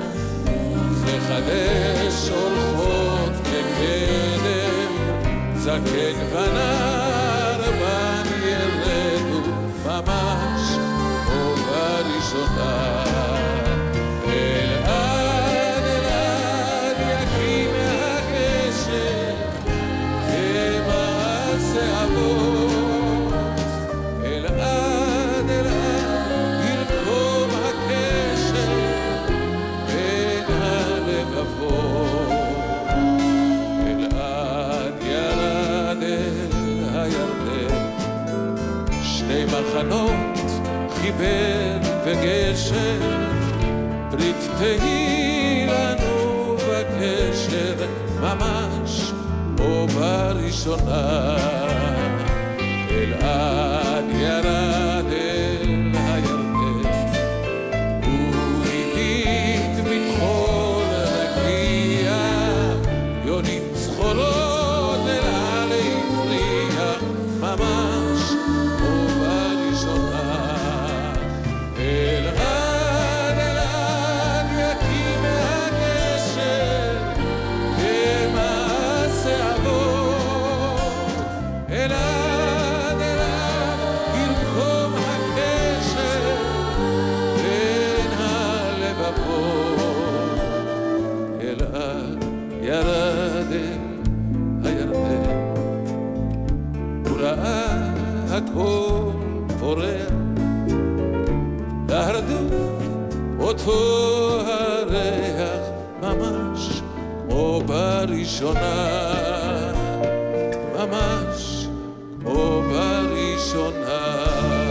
וחדש הולכות כקדם, זקן ונער בן ילדו ממש פה בראשונה. אלעד אלעד יקי מהגשר כמעשה אבות, אלעד אלעד ילקום הקשר בין הלבבות. אלעד ירד אל הירדן, שני מחנות חיבר וגשר, ברית תהי לנו בקשר ממש או בראשונה. אלעד ירד אל הירדן, הוא הביט מכחול רקיע, יונים צחורות אל עלי פריח ממש או בראשונה. אלעד אלעד יקי מהגשר כמעשה אבות, אלעד אלעד ילקום הקשר בין הלבבות. אלעד ירד אל הירדן, הוא ראה הכל פורח, להרדוף אותו הריח ממש או בראשונה, ממש או בראשונה.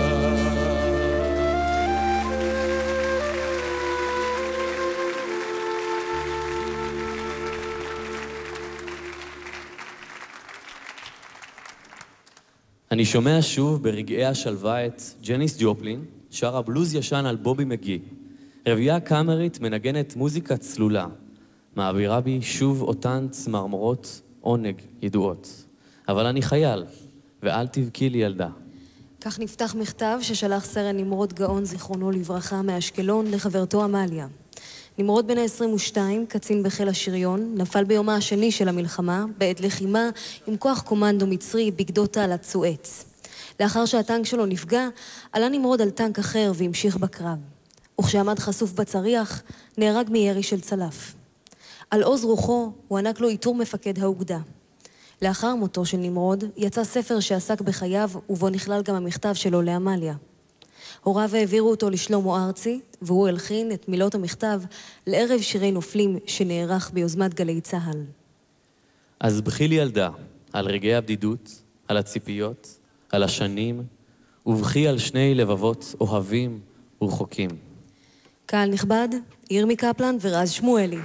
אני שומע שוב ברגעי השלווה את ג'ניס ג'ופלין, שרה בלוז ישן על בובי מגי. רביעייה קאמרית מנגנת מוזיקה צלולה, מעבירה בי שוב אותן צמרמורות עונג ידועות. אבל אני חייל, ואל תבכי לי ילדה. כך נפתח מכתב ששלח סרן נמרוד גאון זיכרונו לברכה מאשקלון לחברתו אמליה. נמרוד בן ה-22, קצין בחיל השריון, נפל ביומה השני של המלחמה, בעת לחימה עם כוח קומנדו מצרי בגדות תעלת סואץ. לאחר שהטנק שלו נפגע, עלה נמרוד על טנק אחר והמשיך בקרב. וכשעמד חשוף בצריח, נהרג מירי של צלף. על עוז רוחו הוא ענק לו איתור מפקד האוגדה. לאחר מותו של נמרוד, יצא ספר שעסק בחייו, ובו נכלל גם המכתב שלו לאמליה. הוריו העבירו אותו לשלמה ארצי, והוא הלחין את מילות המכתב לערב שירי נופלים שנערך ביוזמת גלי צהל. אז בכי לי ילדה, על רגעי הבדידות, על הציפיות, על השנים, ובכי על שני לבבות אוהבים ורחוקים. קהל נכבד, ירמי קפלן ורז שמואלי.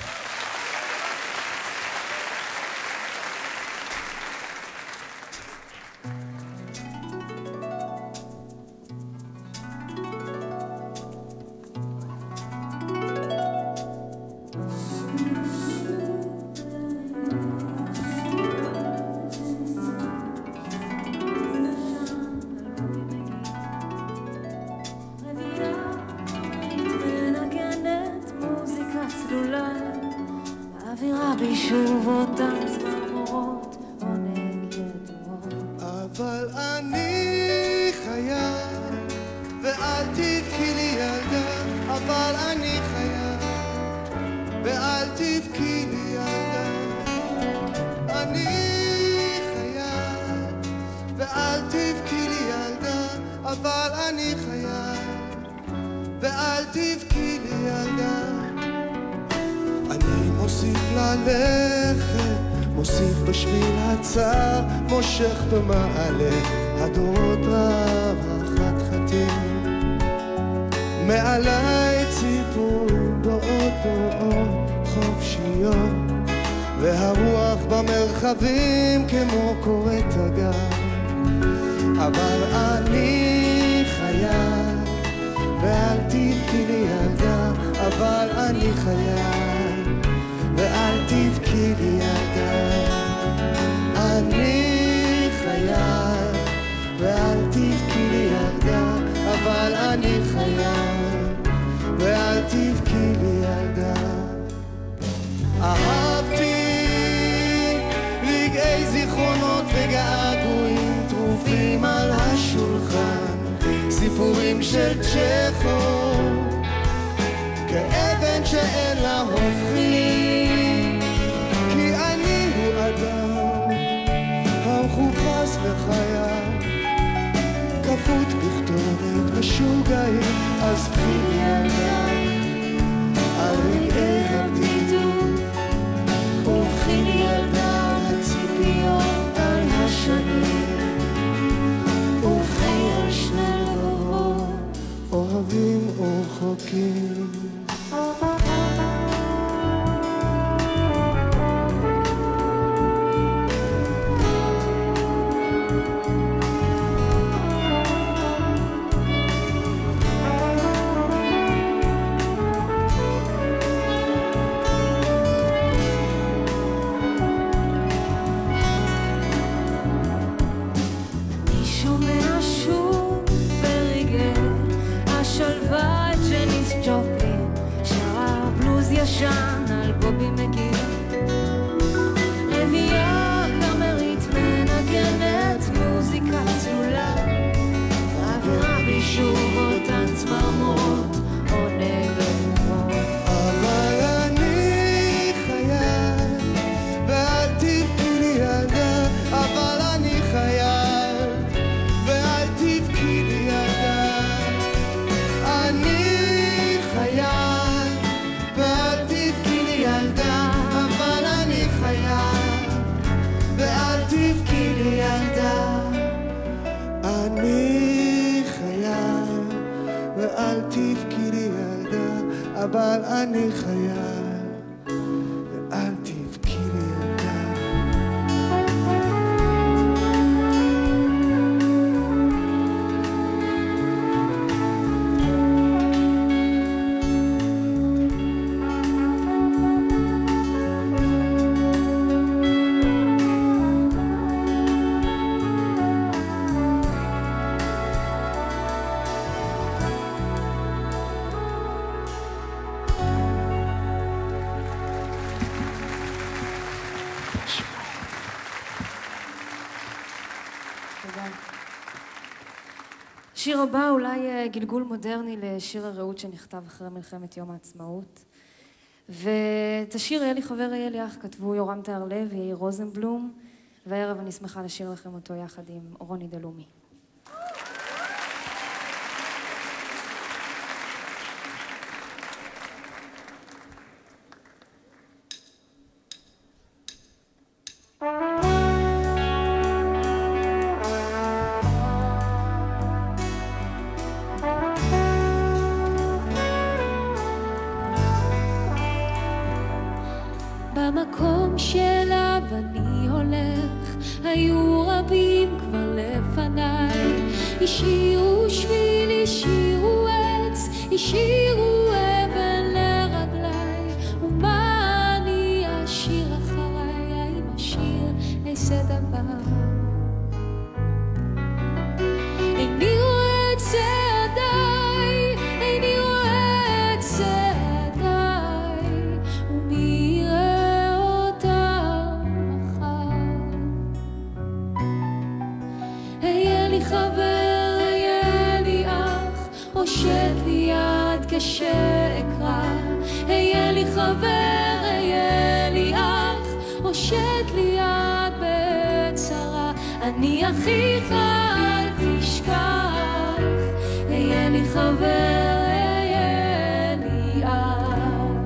אבל אני חייב, ואל תבכי לי ילדה, אבל אני חייב, ואל תבכי לי ילדה. אני חייב, ואל תבכי לי ילדה, אבל אני חייב, ואל תבכי לי ילדה. אני מוסיף ללכת, מוסיף בשביל הצער, מושך במעלה הדורות רב החתחתים. מעלי ציפורים דעות דעות חופשיות, והרוח במרחבים כמו קוראת הגר. אבל אני חייב, ואל תבכי לי ילדה, אבל אני חייב, ואל תבכי לי ילדה. אני חייב, ואל תבכי לי ילדה, אבל אני חייב, ואל תבכי לי ילדה. אהבתי רגעי זיכרונות וגעגועים טרופים על השולחן, סיפורים של צ'כוב כאבן שאין לה הופכים, כי אני הוא אדם המחופש לחייו, כפות בכתובת משוגעים. אז קחי ילדה על רגעי הבדידות, ובכי ילדה הציפיות על השנים, ובכי על שני לבבות אוהבים ורחוקים. ישן על בובי מגיע, רבייה קאמרית מנגנת מוזיקה צלולה, אווירה בישוב אותן צמרמורות עונג ומות. אבל אני חייב, ואל תבכי לי ילדה, אבל אני חייב, ואל תבכי לי ילדה. אני חייב, ואל תבכי לי ילדה, אבל אני חייב, ואל תבכי לי ילדה. אני חייב, ואל תבכי לי ילדה, אבל אני חייב, ואל תבכי לי ילדה. השיר הבא אולי גלגול מודרני לשיר הרעות שנכתב אחרי מלחמת יום העצמאות. ואת השיר אלי חבר אלי אח כתבו יורם תהרלב ויאיר רוזנבלום, והערב אני שמחה לשיר לכם אותו יחד עם רוני דלומי. במקום שאליו אני הולך, היו רבים כבר לפניי. השאירו שביל, השאירו עץ, השאירו אבן לרגליי. ומה אני אשאיר אחריי? האם אשאיר איזה דבר? איני רואה את צעדיי, איני רואה את צעדיי, ומי יראה אותם מחר? היה לי חבר, היה לי אח, הושט לי יד כשאקרא. היה לי חבר, היה לי אח, הושט לי יד בצרה. אני אחיך אל תשכח, היה לי חבר, היה לי אח.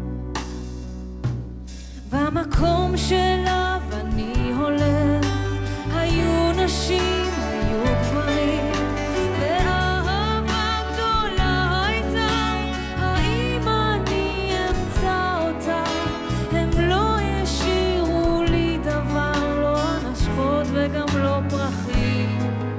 במקום שאליו אני הולך, היו נשים, היו גברים, ואהבה גדולה הייתה. האם אני אמצא אותה? הם לא ישאירו לי דבר, לא נשפות וגם לא פרחים.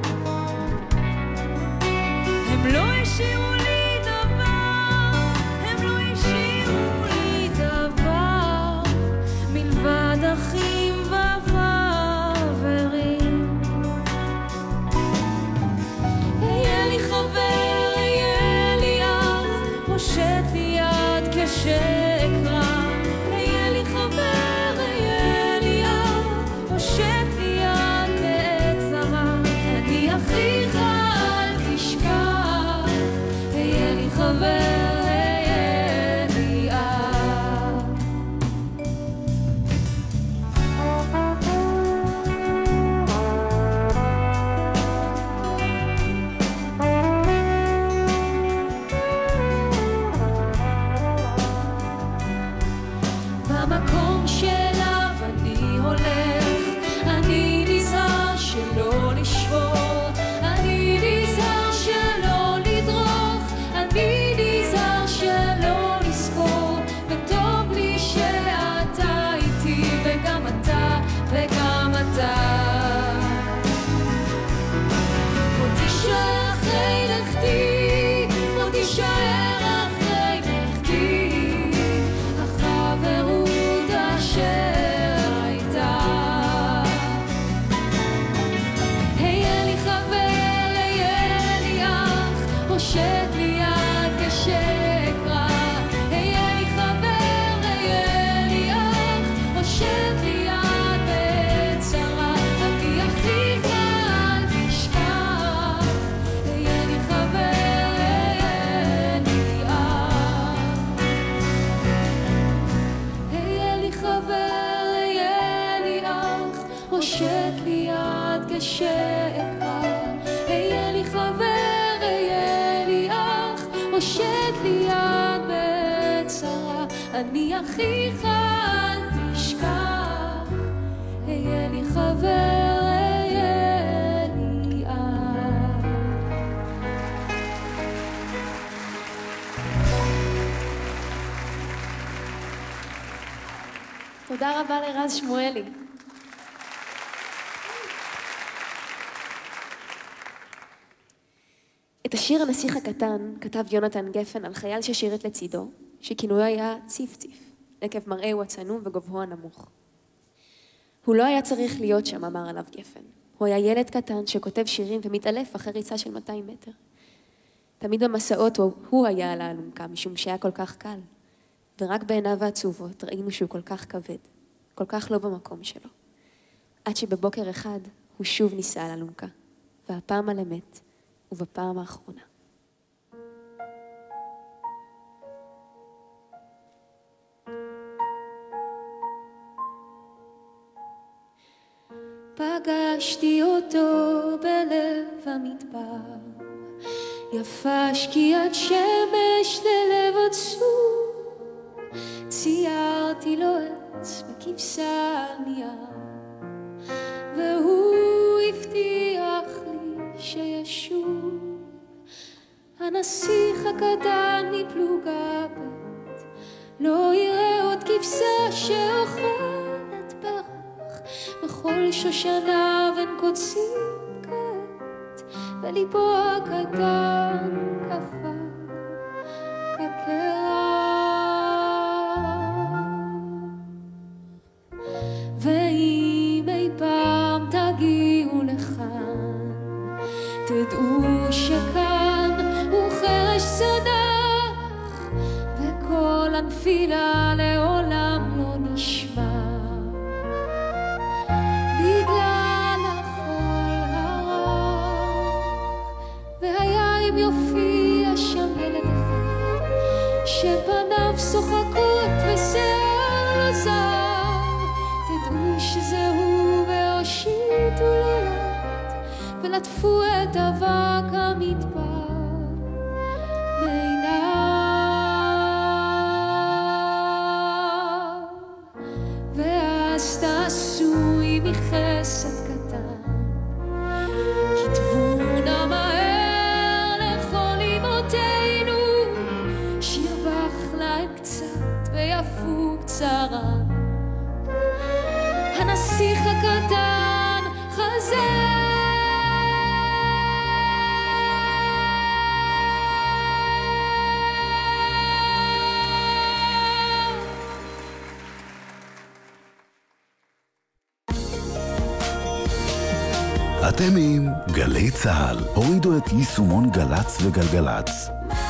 הם לא השאירו לי דבר, הם לא השאירו לי דבר, מלבד אחים וחברים. היה לי חבר, היה לי אח, הושט לי יד כשאקרא. היה לי חבר, היה לי אח, הושט לי יד בעת צרה. אני אחיך אל תשכח, היה לי חבר, היה לי אח. במקום שאליו אני הולך, אני נזהר שלא לשבור, אני נזהר שלא לדרוך, אני נזהר שלא לזכור. וטוב לי שאתה איתי, וגם אתה, וגם אתה. בוא תישאר אחרי לכתי, בוא תישאר אחרי לכתי, החברות אשר הייתה. היה לי חבר, היה לי אח, הושט לי יד כשאקרא. היה לי חבר, היה לי אח, הושט לי יד בצרה. אני אחיך אל תשכח, היה לי חבר, היה לי אח. היה לי חבר, היה לי אח, הושט לי יד כשאקרא. היה לי חבר, היה לי אח, הושט לי יד בצרה. אני אחיך אל תשכח, היה לי חבר, היה לי אח. תודה רבה לרז שמואלי. את השיר הנסיך הקטן כתב יונתן גפן על חייל ששירת לצידו, שכינויו היה ציף ציף, עקב מראהו הצנום וגובהו הנמוך. הוא לא היה צריך להיות שם, אמר עליו גפן. הוא היה ילד קטן שכותב שירים ומתעלף אחרי ריצה של 200 מטר. תמיד במסעות הוא היה על האלונקה, משום שהיה כל כך קל. ורק בעיניו העצובות ראינו שהוא כל כך כבד, כל כך לא במקום שלו. עד שבבוקר אחד הוא שוב ניסה על האלונקה, והפעם על אמת, ובפעם האחרונה. פגשתי אותו בלב המדבר, יפה שקיעת שמש ללב עצוב, ציירתי לו עץ בכבשה על נייר, והוא הבטיח לי שישוב. הנסיך הקטן מפלוגה ב' לא יראה עוד כבשה שאוכל בכל שושנה בין קוצים כעת, וליבו הקטן קפא בקרע. ואם אי פעם תגיעו לכאן, תדעו שכאן הוא חרש צנח, וכל הנפילה לעולם לא נשמע, בגלל החול הרך. והיה אם יופיע שם ילד אחד, שפניו שוחקות ושיער לו זר, תדעו שזהו והושיטו לו יד, ולטפו את אבק המדבר מעיניו. ואז תעשו עמי חסד קטן, כתבו נא מהר לכל אמותינו, שירווח להם קצת ויפוג צערם. הנסיך הקטן חזר. אתם עם גלי צהל. הורידו את יישומון גלץ וגלגלץ.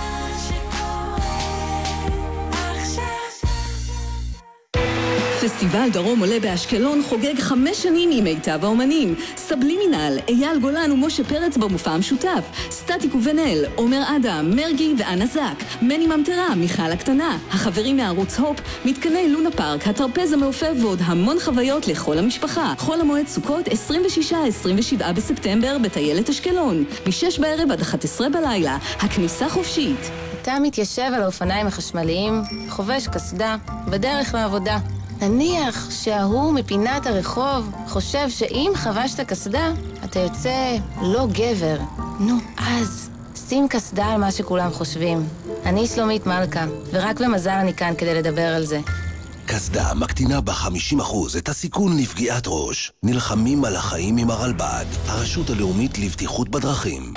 פסטיבל דרום עולה באשקלון חוגג 5 שנים עם מיטב האומנים. סבלימינל, אייל גולן ומשה פרץ במופע המשותף, סטטיק ובן-אל, עומר אדם, מרגי ואנה זק, מני ממטרה, מיכל הקטנה, החברים מערוץ הופ, מתקני לונה פארק, הטרפז המעופף ועוד המון חוויות לכל המשפחה. חול המועד סוכות 26-27 בספטמבר בטיילת אשקלון, מ-6 בערב עד 11 בלילה, הכניסה חופשית. אתה מתיישב על האופניים החשמליים, חובש קסדה, בדרך לעבודה. נניח שההוא מפינת הרחוב חושב שאם חבשת קסדה, אתה יוצא לא גבר. נו, אז שים קסדה על מה שכולם חושבים. אני שלומית מלכה, ורק במזל אני כאן כדי לדבר על זה. קסדה מקטינה ב-50% את הסיכון לפגיעת ראש. נלחמים על החיים עם הרלב"ד, הרשות הלאומית לבטיחות בדרכים.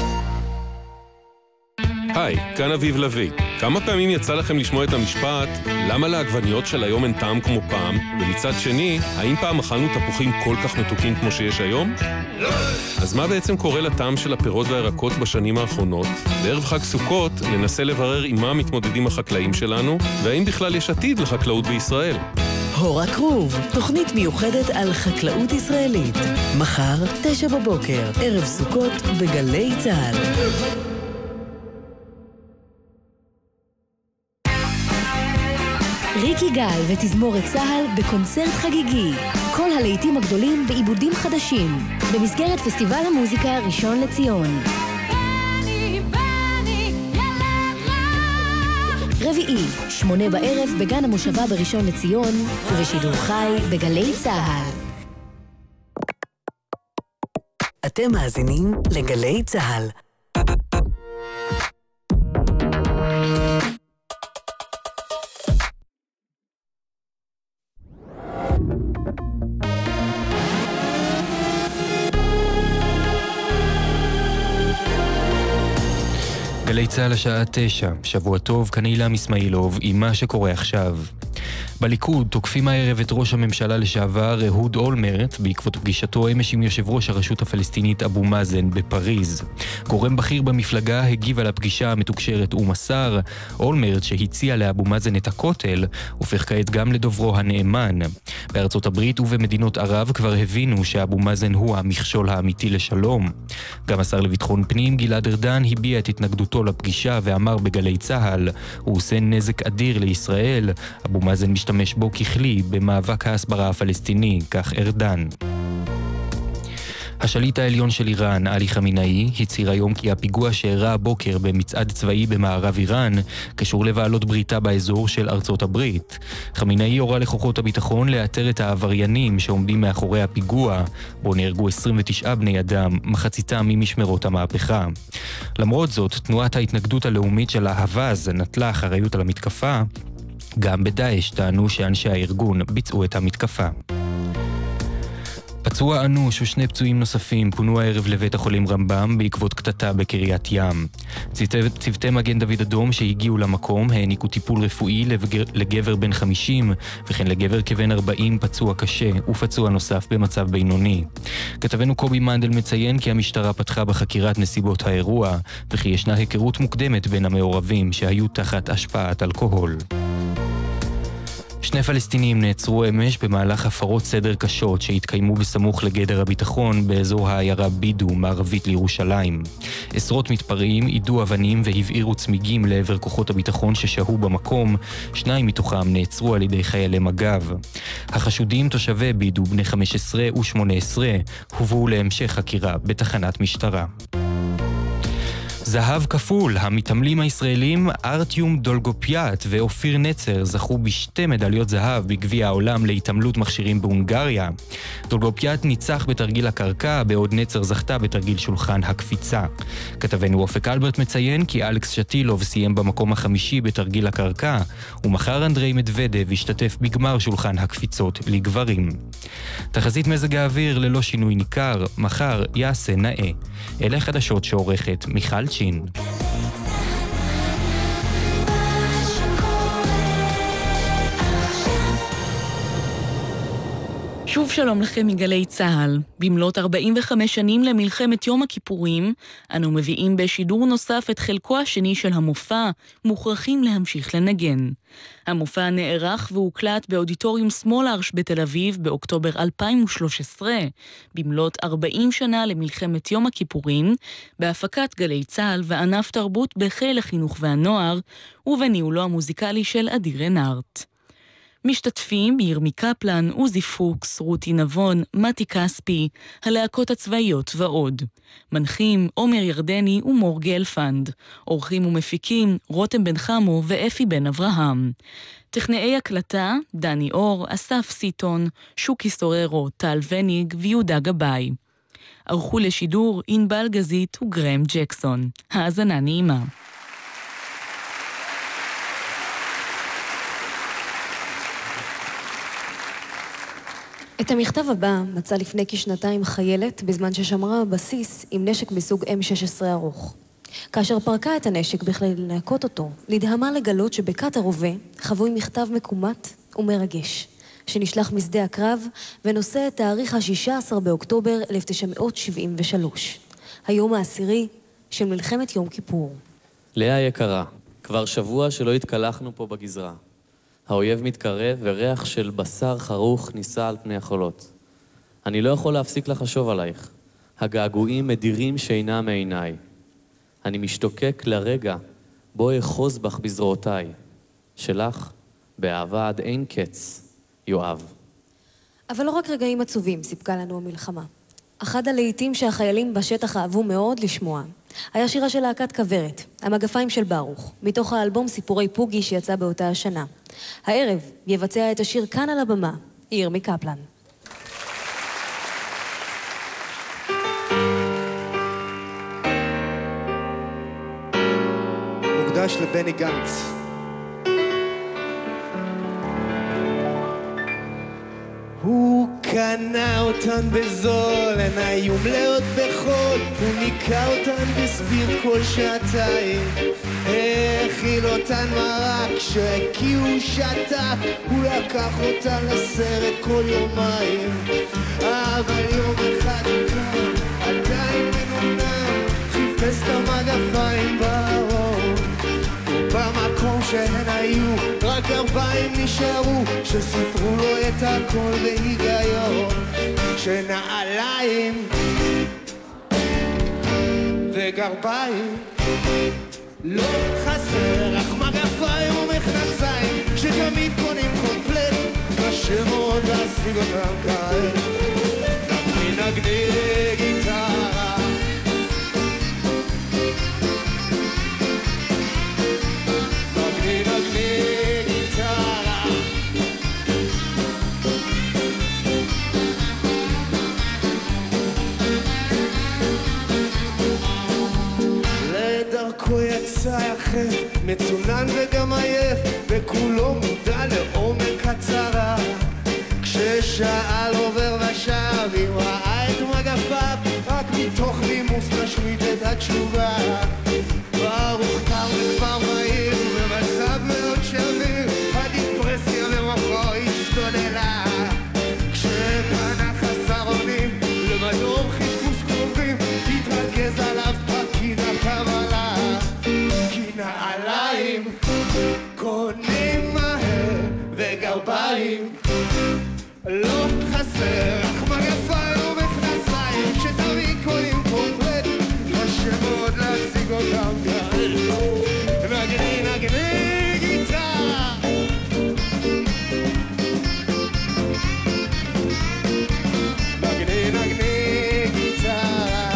היי, כאן אביב לוי. כמה פעמים יצא לכם לשמוע את המשפט, למה לעגבניות של היום אין טעם כמו פעם? ומצד שני, האם פעם אכלנו תפוחים כל כך מתוקים כמו שיש היום? לא! אז מה בעצם קורה לטעם של הפירות והירקות בשנים האחרונות? בערב חג סוכות ננסה לברר עם מה מתמודדים החקלאים שלנו, והאם בכלל יש עתיד לחקלאות בישראל. הור הכרוב, תוכנית מיוחדת על חקלאות ישראלית. מחר, 9 בבוקר, ערב סוכות בגלי צהל. ריקי גל ותזמורת צהל בקונצרט חגיגי. כל הלהיטים הגדולים בעיבודים חדשים, במסגרת פסטיבל המוזיקה ראשון לציון. רביעי, 8 בערב בגן המושבה בראשון לציון, ובשידור חי בגלי צהל. אתם מאזינים לגלי צהל. גלי צהל השעה 9, שבוע טוב, כאן אילם אסמאעילוב עם מה שקורה עכשיו. בליכוד תוקפים הערב את ראש הממשלה לשעבר אהוד אולמרט בעקבות פגישתו אמש עם יושב ראש הרשות הפלסטינית אבו מאזן בפריז. גורם בכיר במפלגה הגיב על הפגישה המתוקשרת ומסר, אולמרט שהציע לאבו מאזן את הכותל הופך כעת גם לדוברו הנאמן. בארצות הברית ובמדינות ערב כבר הבינו שאבו מאזן הוא המכשול האמיתי לשלום. גם השר לביטחון פנים גלעד ארדן הביע את התנגדותו לפגישה ואמר בגלי צהל, הוא עושה נזק אדיר לישראל, אבו מאזן משתמש בו ככלי במאבק ההסברה הפלסטיני, כך ארדן. השליט העליון של איראן, עלי חמינאי, הצהיר היום כי הפיגוע שאירע הבוקר במצעד צבאי במערב איראן קשור לבעלות בריתה באזור של ארצות הברית. חמינאי הורה לכוחות הביטחון לאתר את העבריינים שעומדים מאחורי הפיגוע, בו נהרגו 29 בני אדם, מחציתם ממשמרות המהפכה. למרות זאת, תנועת ההתנגדות הלאומית של ההווז נטלה אחריות על המתקפה. גם בדאעש טענו שאנשי הארגון ביצעו את המתקפה. פצוע אנוש ושני פצועים נוספים פונו הערב לבית החולים רמב"ם בעקבות קטטה בקריית ים. צוותי מגן דוד אדום שהגיעו למקום העניקו טיפול רפואי לגבר בן 50 וכן לגבר כבן 40 פצוע קשה ופצוע נוסף במצב בינוני. כתבנו קובי מנדל מציין כי המשטרה פתחה בחקירת נסיבות האירוע וכי ישנה היכרות מוקדמת בין המעורבים שהיו תחת השפעת אלכוהול. שני פלסטינים נעצרו אמש במהלך הפרות סדר קשות שהתקיימו בסמוך לגדר הביטחון באזור העיירה בידו, מערבית לירושלים. עשרות מתפרעים עידו אבנים והבעירו צמיגים לעבר כוחות הביטחון ששהו במקום, שניים מתוכם נעצרו על ידי חיילי מג"ב. החשודים תושבי בידו בני 15 ו-18 הובאו להמשך חקירה בתחנת משטרה. זהב כפול, המתעמלים הישראלים ארטיום דולגופיאט ואופיר נצר זכו בשתי מדליות זהב בגביע העולם להתעמלות מכשירים בהונגריה. דולגופיאט ניצח בתרגיל הקרקע, בעוד נצר זכתה בתרגיל שולחן הקפיצה. כתבנו אופק אלברט מציין כי אלכס שטילוב סיים במקום החמישי בתרגיל הקרקע, ומחר אנדרי מדוודב השתתף בגמר שולחן הקפיצות לגברים. תחזית מזג האוויר ללא שינוי ניכר, מחר יעשה נאה. אלה חדשות שעורכת מיכל צ'ין. שוב שלום לכם מגלי צהל. במלאת 45 שנים למלחמת יום הכיפורים, אנו מביאים בשידור נוסף את חלקו השני של המופע, מוכרחים להמשיך לנגן. המופע נערך והוקלט באודיטוריום סמולרש בתל אביב באוקטובר 2013, במלאת 40 שנה למלחמת יום הכיפורים, בהפקת גלי צהל וענף תרבות בחיל החינוך והנוער, ובניהולו המוזיקלי של אדיר רנארט. משתתפים ירמי קפלן, עוזי פוקס, רותי נבון, מתי כספי, הלהקות הצבאיות ועוד. מנחים עומר ירדני ומור גלפנד. אורחים ומפיקים רותם בן חמו ואפי בן אברהם. טכנאי הקלטה דני אור, אסף סיטון, שוקי סוררו, טל וניג ויהודה גבאי. ערכו לשידור ענבל גזית וגרם ג'קסון. האזנה נעימה. את המכתב הבא מצא לפני כשנתיים חיילת בזמן ששמרה בסיס עם נשק מסוג M16 ארוך. כאשר פרקה את הנשק בכדי לנקות אותו, נדהמה לגלות שבכת הרובה חבוי מכתב מקומט ומרגש, שנשלח משדה הקרב ונושא את תאריך ה-16 באוקטובר 1973, היום העשירי של מלחמת יום כיפור. לאה יקרה, כבר שבוע שלא התקלחנו פה בגזרה. האויב מתקרב וריח של בשר חרוך ניסה על פני החולות. אני לא יכול להפסיק לחשוב עלייך. הגעגועים מדירים שינה מעיניי. אני משתוקק לרגע בו אחוז בך בזרועותיי. שלך, באהבה עד אין קץ, יואב. אבל לא רק רגעים עצובים סיפקה לנו המלחמה. אחד הלעיתים שהחיילים בשטח אהבו מאוד לשמוע היה שירה של להקת כוורת, המגפיים של ברוך, מתוך האלבום סיפורי פוגי שיצא באותה השנה. הערב יבצע את השיר כאן על הבמה, ירמי קפלן. מוקדש לבני גנץ. הוא קנה אותן בזול, הן היו מלאות בחול, הוא ניקה אותן בספירט כל שעתיים, האכיל אותן מרק כשהקיעו שתה, הוא לקח אותן לסרט כל יומיים, אבל יום אחד הוא קם, עדיין מנומנם, חיפש את המגפיים באור, במקום שהן היו, רק 40 נשארו, שספרו לו את הכל בהיגיון, שנעליים וגרביים לא חסר, אך מגפיים ומכנסיים שתמיד קונים קומפלט, קשה מאוד להשיג אותם כעת. מנגני גיטרה יחד, מצונן וגם עייף, וכולו מודע לעומק הצרה, כששאל עובר ושב אם ראה תשובה ברוך קר וכבר מהיר במצב מאוד שביר הדיפרסיה במוחו השתוללה כשפנה חסר אונים למדור חיפוש קרובים התרכז עליו פקיד הקבלה כי נעליים קונים מהר וגרביים לא חסר אך מגפיים ומכנסיים שתמיד קונים קומפלט קשה מאוד להשיג אותם כאן נגני נגני גיטרה נגני נגני גיטרה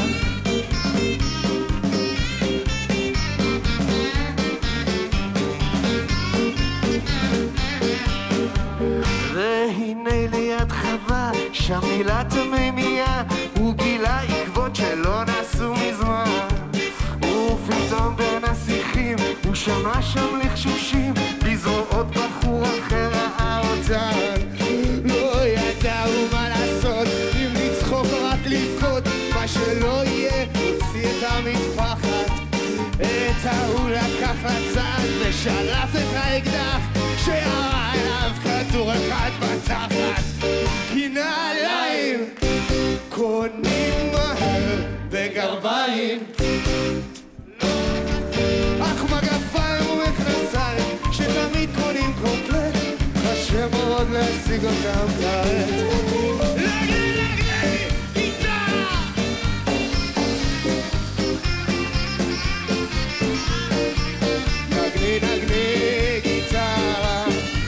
והנה ליד חווה שם מילת המימייה הוא גילה עקבות שלא נעשו מזמן ופתאום בין השיחים הוא שמע שם לחשושים לזרועות בחור אחר ראה אותן לא ידעו מה לעשות אם לצחוק או רק לבכות מה שלא יהיה הוציא את המטפחת את ההוא לקח לצד ושלף את האקדח שירה אליו כדור אחד בתחת כי נעליים קונים מהר בגרביים אך מגפיים ומכנסיים שתמיד קונים קומפלט קשה מאוד להשיג אותם כעת לגני לגני גיטרה נגני נגני גיטרה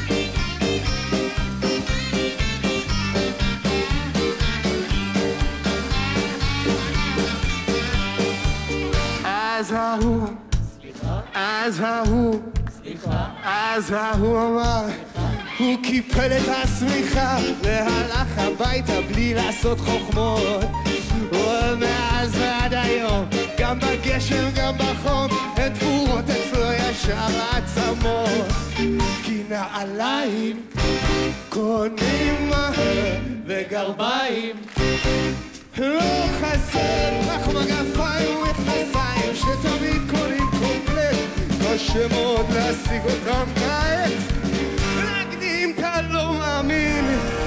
אז ההוא אמר הוא קיפל את הסמיכה והלך הביתה בלי לעשות חוכמות ומאז ועד היום גם בגשם גם בחום את תפורות אצלו ישר עצמות כי נעליים קונים מהר וגרביים לא חסר אך מגפיים ומכנסיים שתמיד קונים קומפלט קשה מאוד להשיג אותם כעת אם אתה לא מאמין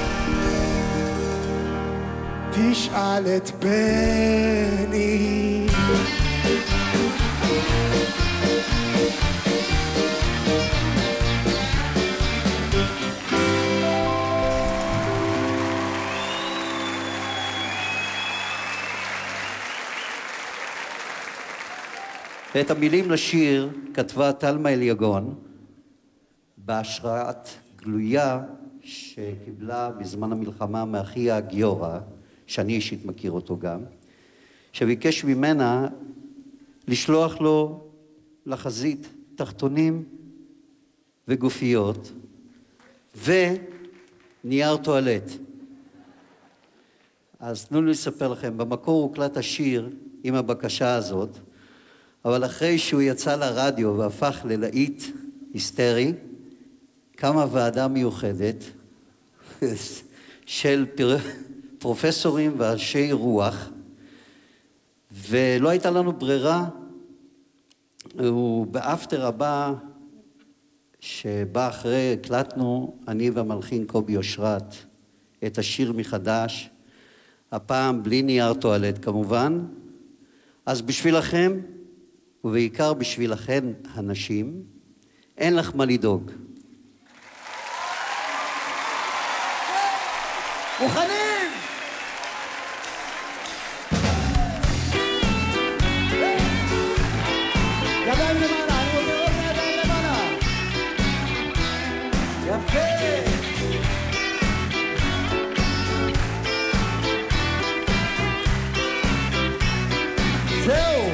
תשאל את בני את המילים לשיר כתבה תלמה אליגון בהשראת גלויה שקיבלה בזמן המלחמה מאחיה גיורא, שאני אישית מכיר אותו גם, שביקש ממנה לשלוח לו לחזית תחתונים וגופיות ונייר טואלט. אז תנו לי לספר לכם, במקור הוקלט השיר עם הבקשה הזאת, אבל אחרי שהוא יצא לרדיו והפך ללהיט היסטרי, קמה ועדה מיוחדת של פרופסורים ואנשי רוח, ולא הייתה לנו ברירה, ובאפטר הבא שבא אחרי הקלטנו אני והמלחין קובי אושרת את השיר מחדש, הפעם בלי נייר טואלט כמובן. אז בשבילכם, ובעיקר בשבילכן הנשים, אין לך מה לדאוג. מוכנים! ידיים למעלה, אני רוצה עוד ידיים למעלה. יפה! זהו!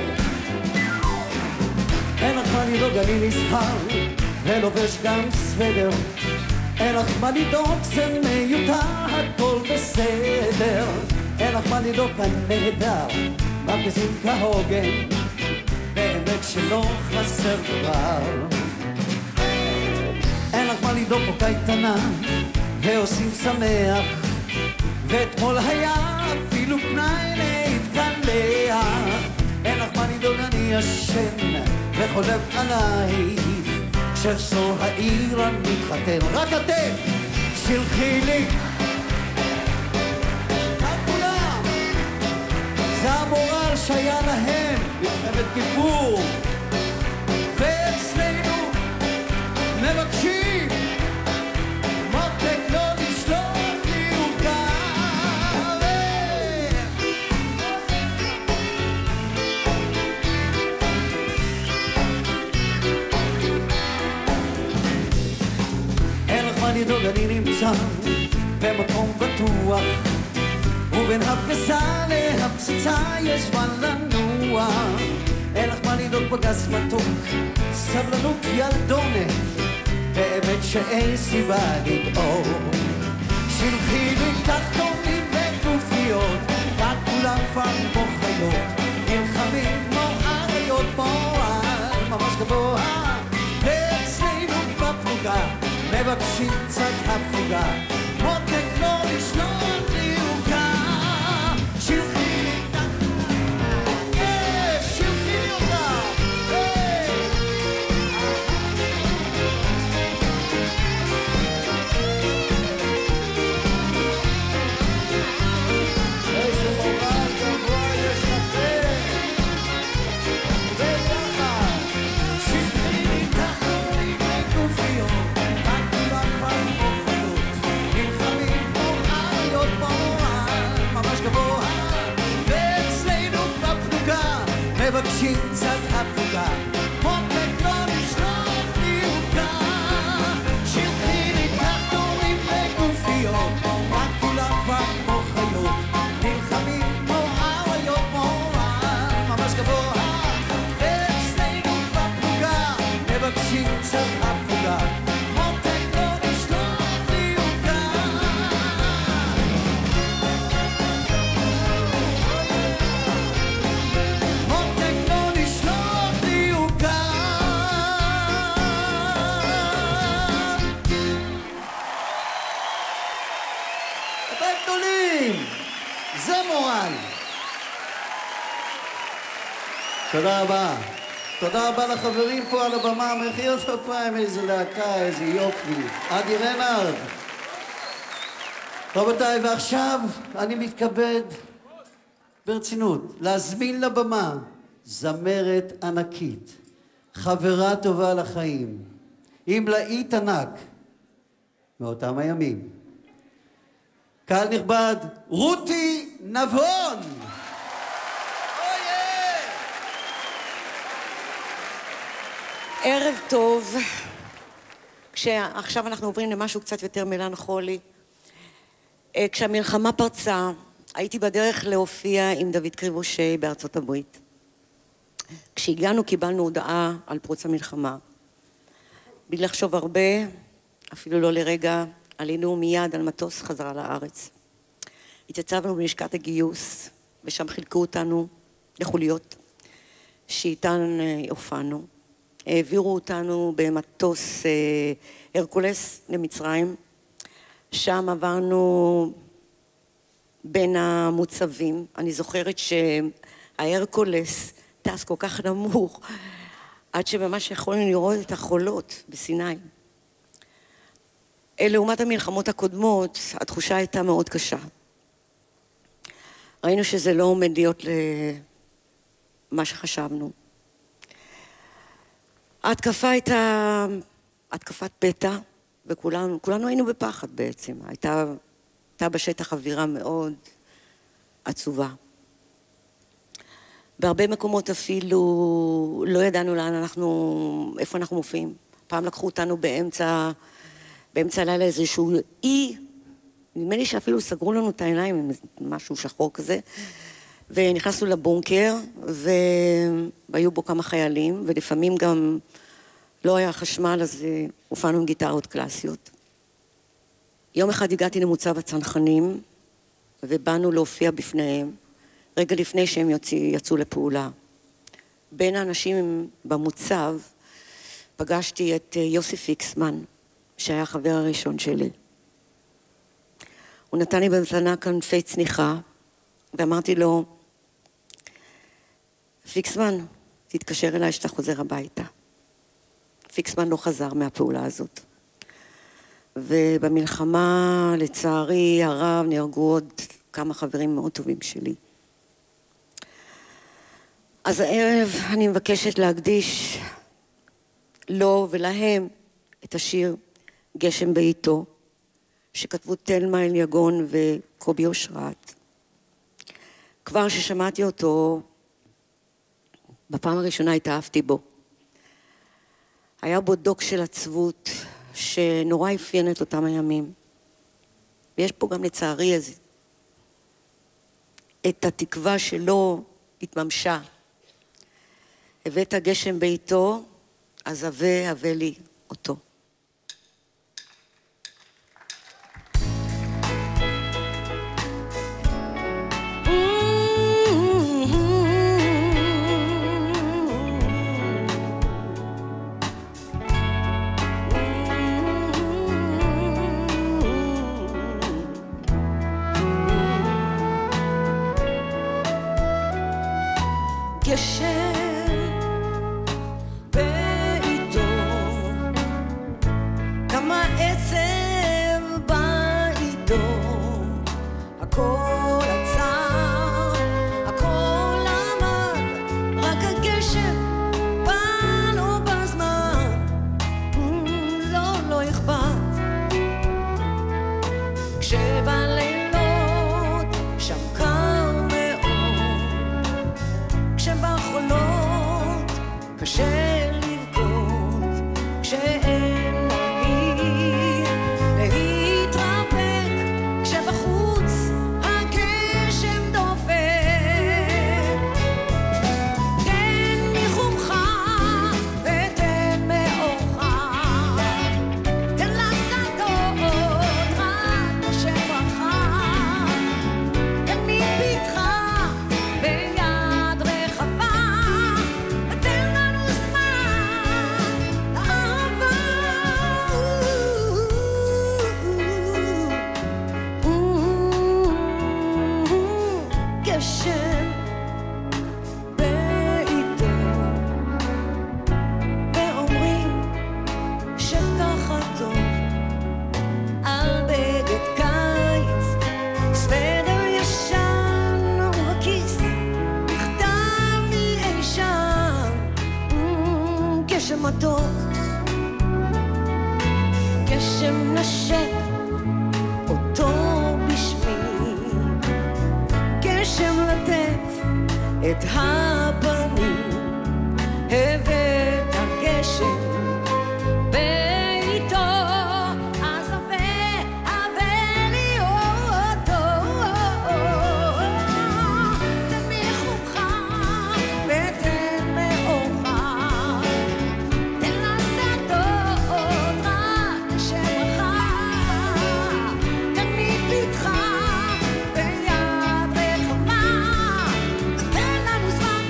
אין לך מה לדאוג, אני נסחר ולובש גם סוודר. אין לך מה לדאוג, זה מיותר, הכל בסדר. אין לך מה לדאוג, הנהדר, מרגיזים כהוגן, באמת שלא חסר דבר. אין לך מה לדאוג, פה קייטנה, ועושים שמח, ואתמול היה אפילו פנאי להתקלח. אין לך מה לדאוג, ישן וחולב עלייך כשסור העיר המתחתן רק אתם שלחי לי כאן כולם זה המורל שהיה להם מלחמת כיפור ואצלנו מבקשים מותק לא לשלוח לי לדאוג אני נמצא במקום בטוח ובין הפגזה להפצצה יש זמן לנוע אין לך מה לדאוג בגז מתוק סבלנות ילדונת באמת שאין סיבה לדאוג שלחי לי תחתונים וגופיות רק כולם כבר כמו חיות נלחמים כמו אריות מועל ממש גבוה ואצלנו בפלוגה מבקשים קצת הפוגה מותק לא לשלוח לי עוגה שלחי לי שלחי לי אותה איזה מורל גבוה יש לכם ביחד שלחי לי תחתונים וגופיות מבקשים קצת הפוגה מותק לא לשלוח לי עוגה שלחי לי תחתונים וגופיות רק כולם כבר כמו חיות נלחמים כמו אריות מורל ממש גבוה ואצלנו בפלוגה מבקשים קצת הפוגה מותק לא לשלוח לי עוגה זה מורל. תודה רבה. תודה רבה לחברים פה על הבמה. מחיאות כפיים, איזה להקה, איזה יופי. אדי רנארד. רבותיי, ועכשיו אני מתכבד ברצינות להזמין לבמה זמרת ענקית, חברה טובה לחיים, עם להיט ענק מאותם הימים. קהל נכבד, רותי נבון. ערב טוב. עכשיו אנחנו עוברים למשהו קצת יותר מלנכולי. כשהמלחמה פרצה, הייתי בדרך להופיע עם דוד קריבושי בארצות הברית. כשהגענו קיבלנו הודעה על פרוץ המלחמה. בלי לחשוב הרבה, אפילו לא לרגע, עלינו מיד על מטוס חזרה לארץ. התייצבנו בלשכת הגיוס, ושם חילקו אותנו לחוליות, שאיתן הופענו. העבירו אותנו במטוס הרקולס למצרים. שם עברנו בין המוצבים. אני זוכרת שההרקולס טס כל כך נמוך, עד שממש יכולנו לראות את החולות בסיני. לעומת המלחמות הקודמות, התחושה הייתה מאוד קשה. ראינו שזה לא עומד להיות למה שחשבנו. ההתקפה הייתה התקפת פתע, וכולנו היינו בפחד בעצם. הייתה בשטח אווירה מאוד עצובה. בהרבה מקומות אפילו לא ידענו איפה אנחנו מופיעים. פעם לקחו אותנו באמצע הלילה איזשהו אי, נדמה לי שאפילו סגרו לנו את העיניים עם משהו שחור כזה, ונכנסנו לבונקר, והיו בו כמה חיילים, ולפעמים גם לא היה חשמל, אז הופענו עם גיטרות קלאסיות. יום אחד הגעתי למוצב הצנחנים, ובאנו להופיע בפניהם, רגע לפני שהם יצאו לפעולה. בין האנשים במוצב, פגשתי את יוסי פיקסמן, שהיה החבר הראשון שלי. הוא נתן לי במתנה כנפי צניחה, ואמרתי לו, פיקסמן, תתקשר אליי שאתה חוזר הביתה. פיקסמן לא חזר מהפעולה הזאת. ובמלחמה, לצערי הרב, נהרגו עוד כמה חברים מאוד טובים שלי. אז הערב אני מבקשת להקדיש לו ולהם את השיר גשם בעיתו, שכתבו תלמה אליגון וקובי אושרת. כבר ששמעתי אותו, בפעם הראשונה התאהבתי בו. היה בו דוק של עצבות שנורא אפיין את אותם הימים. ויש פה גם לצערי את התקווה שלא התממשה. הבאת גשם בעיתו, אז הווה לי אותו. גשם בעיתו, כמה עצב בעיתו, הכל עצר, הכל עמד, רק הגשם בא לו בזמן, לא אכפת. כשבלילות שם קר מאוד, כשבחולות קשה לבכות, כשאין לי להתרפק, כשבחוץ הגשם דופק. תן מחומך ותן מאורך, תן לשדות רק שברכה, תן מפתך ביד רחבה, ותן לנו זמן לאהבה. גשם בעיתו, ואומרים שככה טוב, על בגד קיץ, סוודר ישן ובכיס מכתב מאי שם. גשם מתוק, גשם נשק אותו בשמי, גשם לתת את הפנים, הבאת הגשם בעיתו, אז הווה לי אותו. תן מחומך ותן מאורך, תן לשדות רק שברכה, תן מפתך ביד רחבה, ותן לנו זמן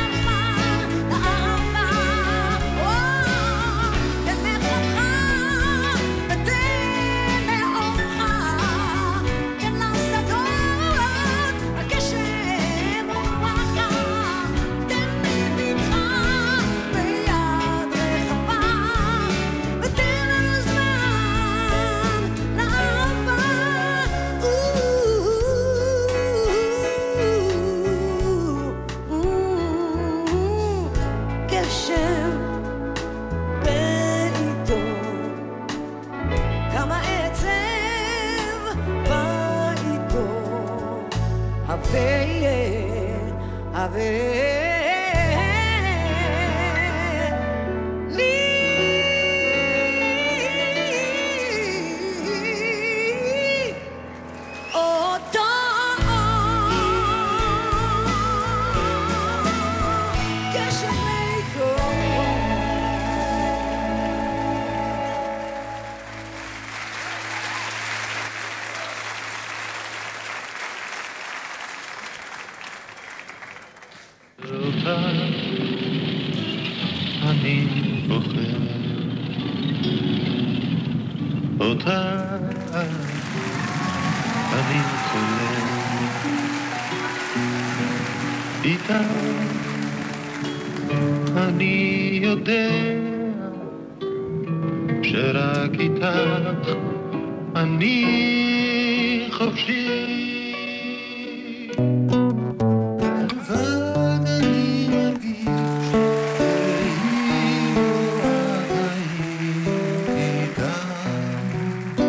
לאהבה. תן מחומך ותן מאורך, תן לשדות הגשם ברכה, תן מפתך ביד רחבה, ותן לנו זמן לאהבה. גשם בעיתו, כמה עצב בעיתו, הווה לי אותו. גשם בעיתו. אותה אני בוחר, אותה אני חולם, איתה אני יודע שרק איתך אני חופשי. לבד אני מרגיש כאילו את היית איתה,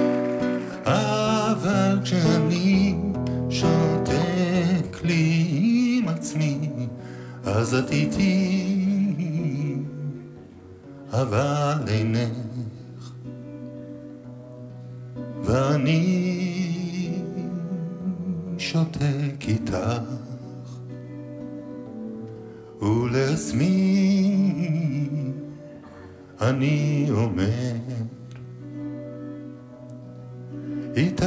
אבל כשאני שותק לי עם עצמי אז את איתי, אבל אינך ואני שותק איתך, ולעצמי אני אומר איתך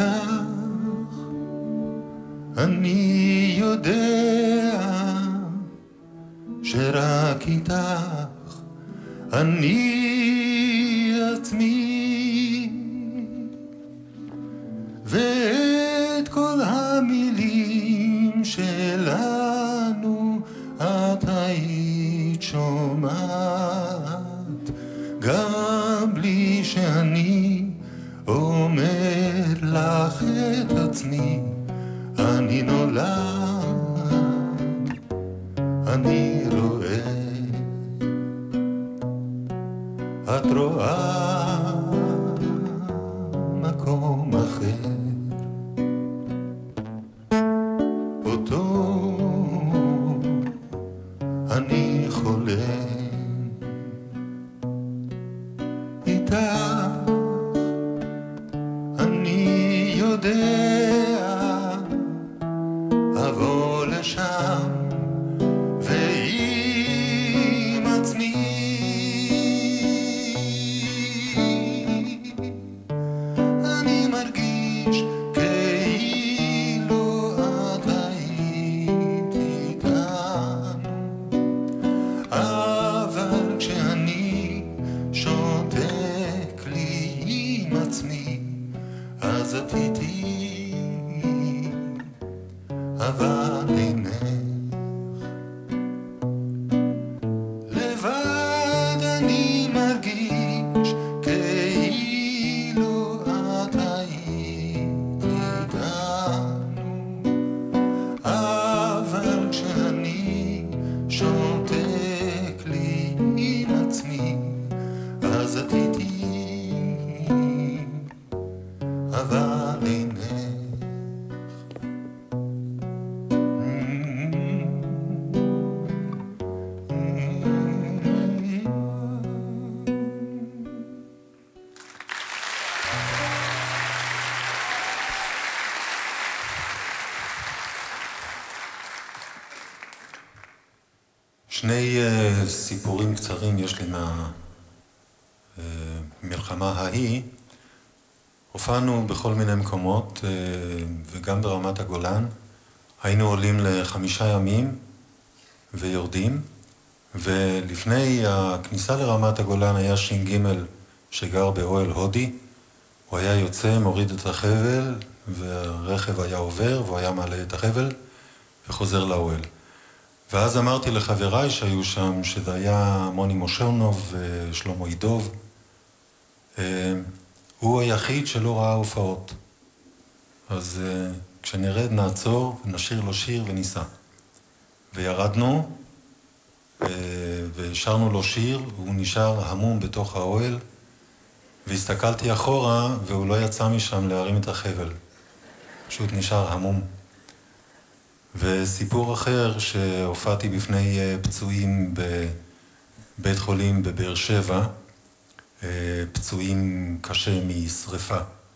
אני יודע שרק איתך אני עצמי, ואת כל המילים שלנו את היית שומעת, גם בלי שאני אומר לך את עצמי. אני נולד, אני רואה, את רואה מקום אחר, אותו אני חולם איתך, אני יודע אבוא לשם ועם עצמי אני מרגיש כאילו את היית איתנו, אבל כשאני שותק לי עם עצמי אז את איתי, אבל אינך לבד אני מרגיש כאילו את היית איתנו, אבל כשאני שותק לי עם עצמי אז את איתי, אבל אינך שני סיפורים קצרים יש לי מהמלחמה ההיא. הופענו בכל מיני מקומות וגם ברמת הגולן. היינו עולים ל5 ימים ויורדים, ולפני הכניסה לרמת הגולן היה ש"ג שגר באוהל הודי. הוא היה יוצא, מוריד את החבל, והרכב היה עובר והוא היה מעלה את החבל וחוזר לאוהל. ואז אמרתי לחבריי שהיו שם, שזה היה מוני מושרנוב ושלמה עידוב, הוא היחיד שלא ראה הופעות. אז כשנרד נעצור ונשיר לו שיר וניסע. וירדנו ושרנו לו שיר, והוא נשאר המום בתוך האוהל, והסתכלתי אחורה והוא לא יצא משם להרים את החבל. פשוט נשאר המום. וסיפור אחר שהופעתי בפני פצועים בבית חולים בבאר שבע, פצועים קשה משריפה.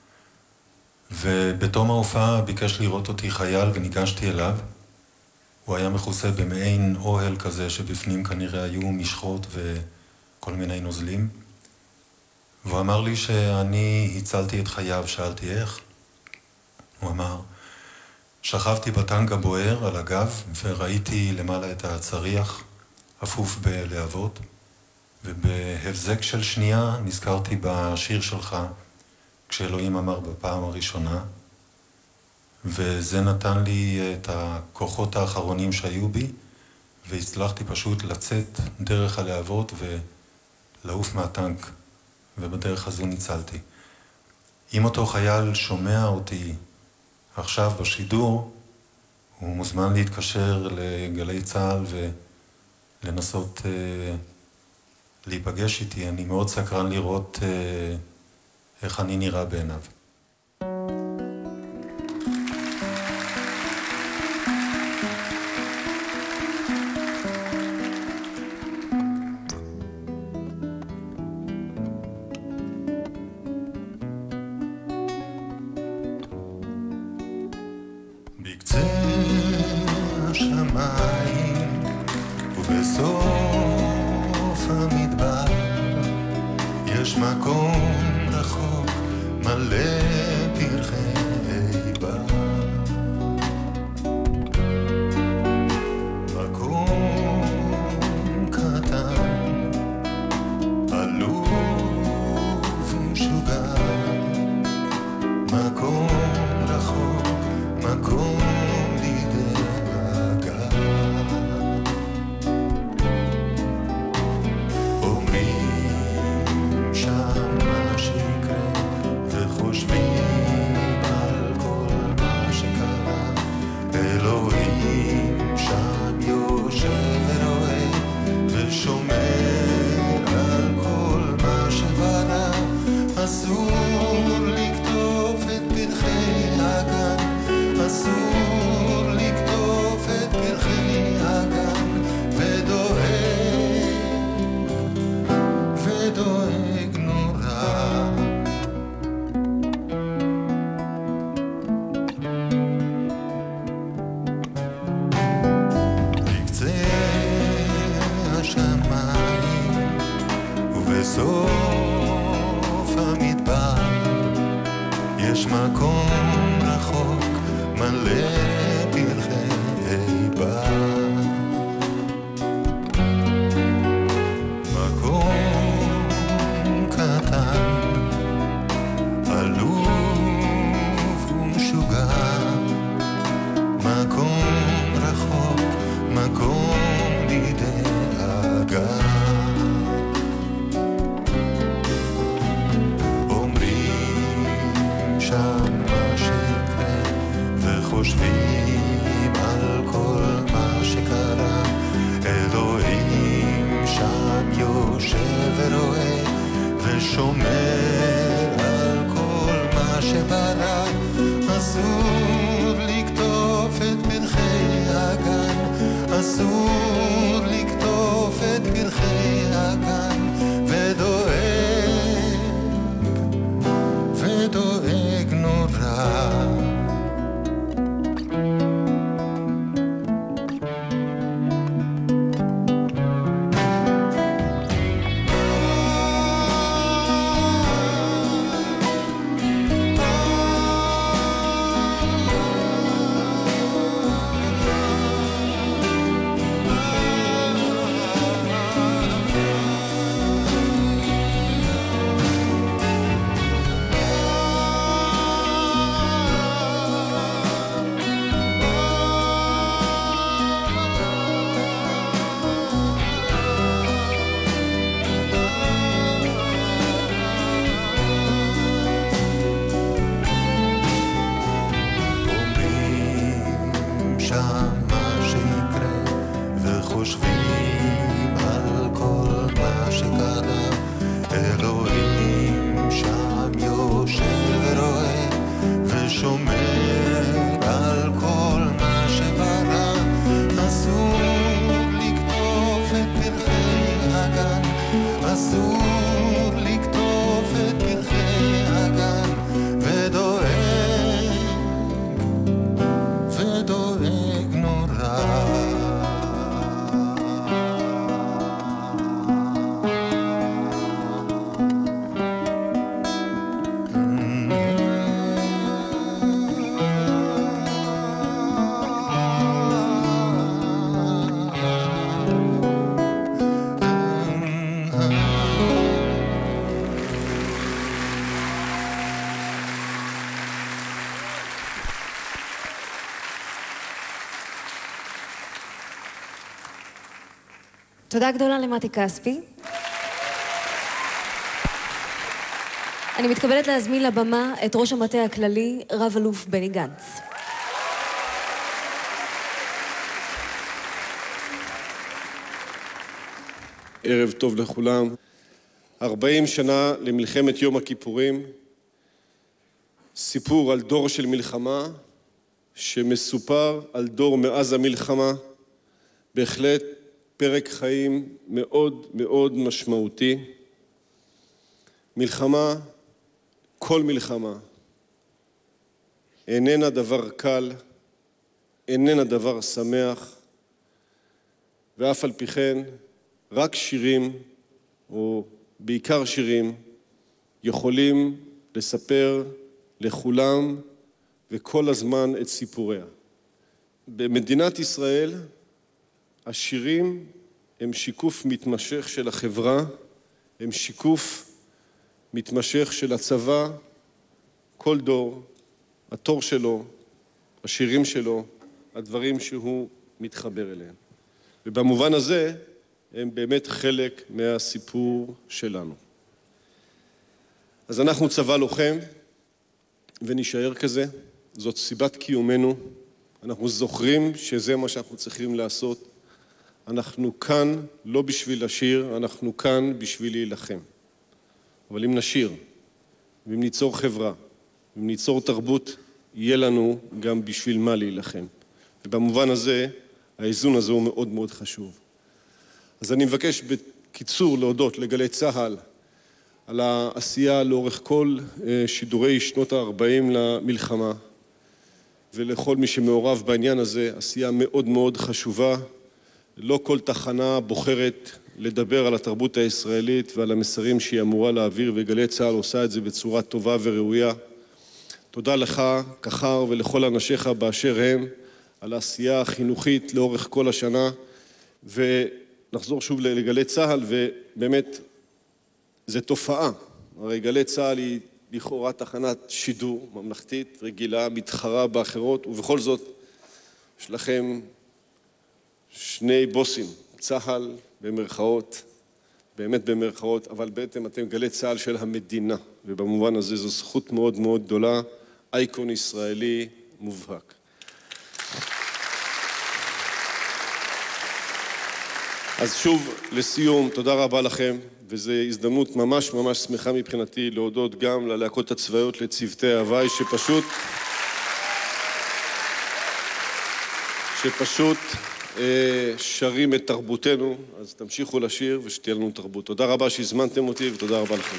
ובתום ההופעה ביקש לראות אותי חייל וניגשתי אליו. הוא היה מכוסה במעין אוהל כזה שבפנים כנראה היו משחות וכל מיני נוזלים. והוא אמר לי שאני הצלתי את חייו, שאלתי איך. הוא אמר, שכבתי בטנק הבוער על הגב וראיתי למעלה את הצריח אפוף בלהבות, ובהבזק של שנייה נזכרתי בשיר שלך כשאלוהים אמר בפעם הראשונה, וזה נתן לי את הכוחות האחרונים שהיו בי, והצלחתי פשוט לצאת דרך הלהבות ולעוף מהטנק, ובדרך הזו ניצלתי. אם אותו חייל שומע אותי עכשיו בשידור, הוא מוזמן להתקשר לגלי צהל ולנסות להיפגש איתי. אני מאוד סקרן לראות איך אני נראה בעיניו. בקצה השמיים ובסוף המדבר יש מקום רחוק מלא פרחי בר. מקום קטן עלוב ומשוגע, מקום רחוק, מקום לדאגה. אומרים שם מה שיקרה וחושבים על כל מה שקרה. אלוהים שם יושב ורואה ושומר על כל מה שברא. אסור לקטוף את פרחי הגן, אסור לקטוף את פרחי הגן, ודואג נורא. בקצה השמיים ובסוף המדבר יש מקום רחוק מלא פרחי בר. מקום קטן עלוב ומשוגע, מקום רחוק, מקום לדאגה. שם מה שיקרה וחושבים על כל מה שקרה. אלוהים שם יושב ורואה ושומר על כל מה שברא. אסור לקטוף את פרחי הגן, אסור לקטוף את פרחי הגן, ודואג נורא. תודה גדולה למתי כספי. אני מתכבדת להזמין לבמה את ראש המטה הכללי, רב אלוף בני גנץ. ערב טוב לכולם. 40 שנה למלחמת יום הכיפורים, סיפור על דור של מלחמה שמסופר על דור מאז המלחמה, בהחלט פרק חיים מאוד מאוד משמעותי. מלחמה, כל מלחמה, איננה דבר קל, איננה דבר שמח, ואף על פי כן רק שירים, או בעיקר שירים, יכולים לספר לכולם וכל הזמן את סיפוריה. במדינת ישראל השירים הם שיקוף מתמשך של החברה, הם שיקוף מתמשך של הצבא, כל דור, התור שלו, השירים שלו, הדברים שהוא מתחבר אליהם. ובמובן הזה הם באמת חלק מהסיפור שלנו. אז אנחנו צבא לוחם ונשאר כזה, זאת סיבת קיומנו, אנחנו זוכרים שזה מה שאנחנו צריכים לעשות. אנחנו כאן לא בשביל לשיר, אנחנו כאן בשביל להילחם. אבל אם נשיר, ואם ניצור חברה, ואם ניצור תרבות, יהיה לנו גם בשביל מה להילחם. ובמובן הזה, האיזון הזה הוא מאוד מאוד חשוב. אז אני מבקש בקיצור להודות לגלי צהל על העשייה לאורך כל שידורי שנות ה-40 למלחמה, ולכל מי שמעורב בעניין הזה, עשייה מאוד מאוד חשובה. לא כל תחנה בוחרת לדבר על התרבות הישראלית ועל המסרים שהיא אמורה להעביר, וגלי צהל עושה את זה בצורה טובה וראויה. תודה לך, כחר, ולכל אנשיך באשר הם, על העשייה החינוכית לאורך כל השנה, ונחזור שוב לגלי צהל, ובאמת זה תופעה. הרי גלי צהל היא לכאורה תחנת שידור ממלכתית, רגילה, מתחרה באחרות, ובכל זאת יש לכם שני בוסים, צהל במרכאות, באמת במרכאות, אבל בעצם אתם גלי צהל של המדינה, ובמובן הזה זו זכות מאוד מאוד גדולה, אייקון ישראלי מובהק. אז שוב, לסיום, תודה רבה לכם, וזו הזדמנות ממש ממש שמחה מבחינתי להודות גם ללהקות הצבאיות, לצוותי ההוואי, שפשוט שרים את תרבותנו, אז תמשיכו לשיר ושתהיה לנו תרבות. תודה רבה שהזמנתם אותי ותודה רבה לכם.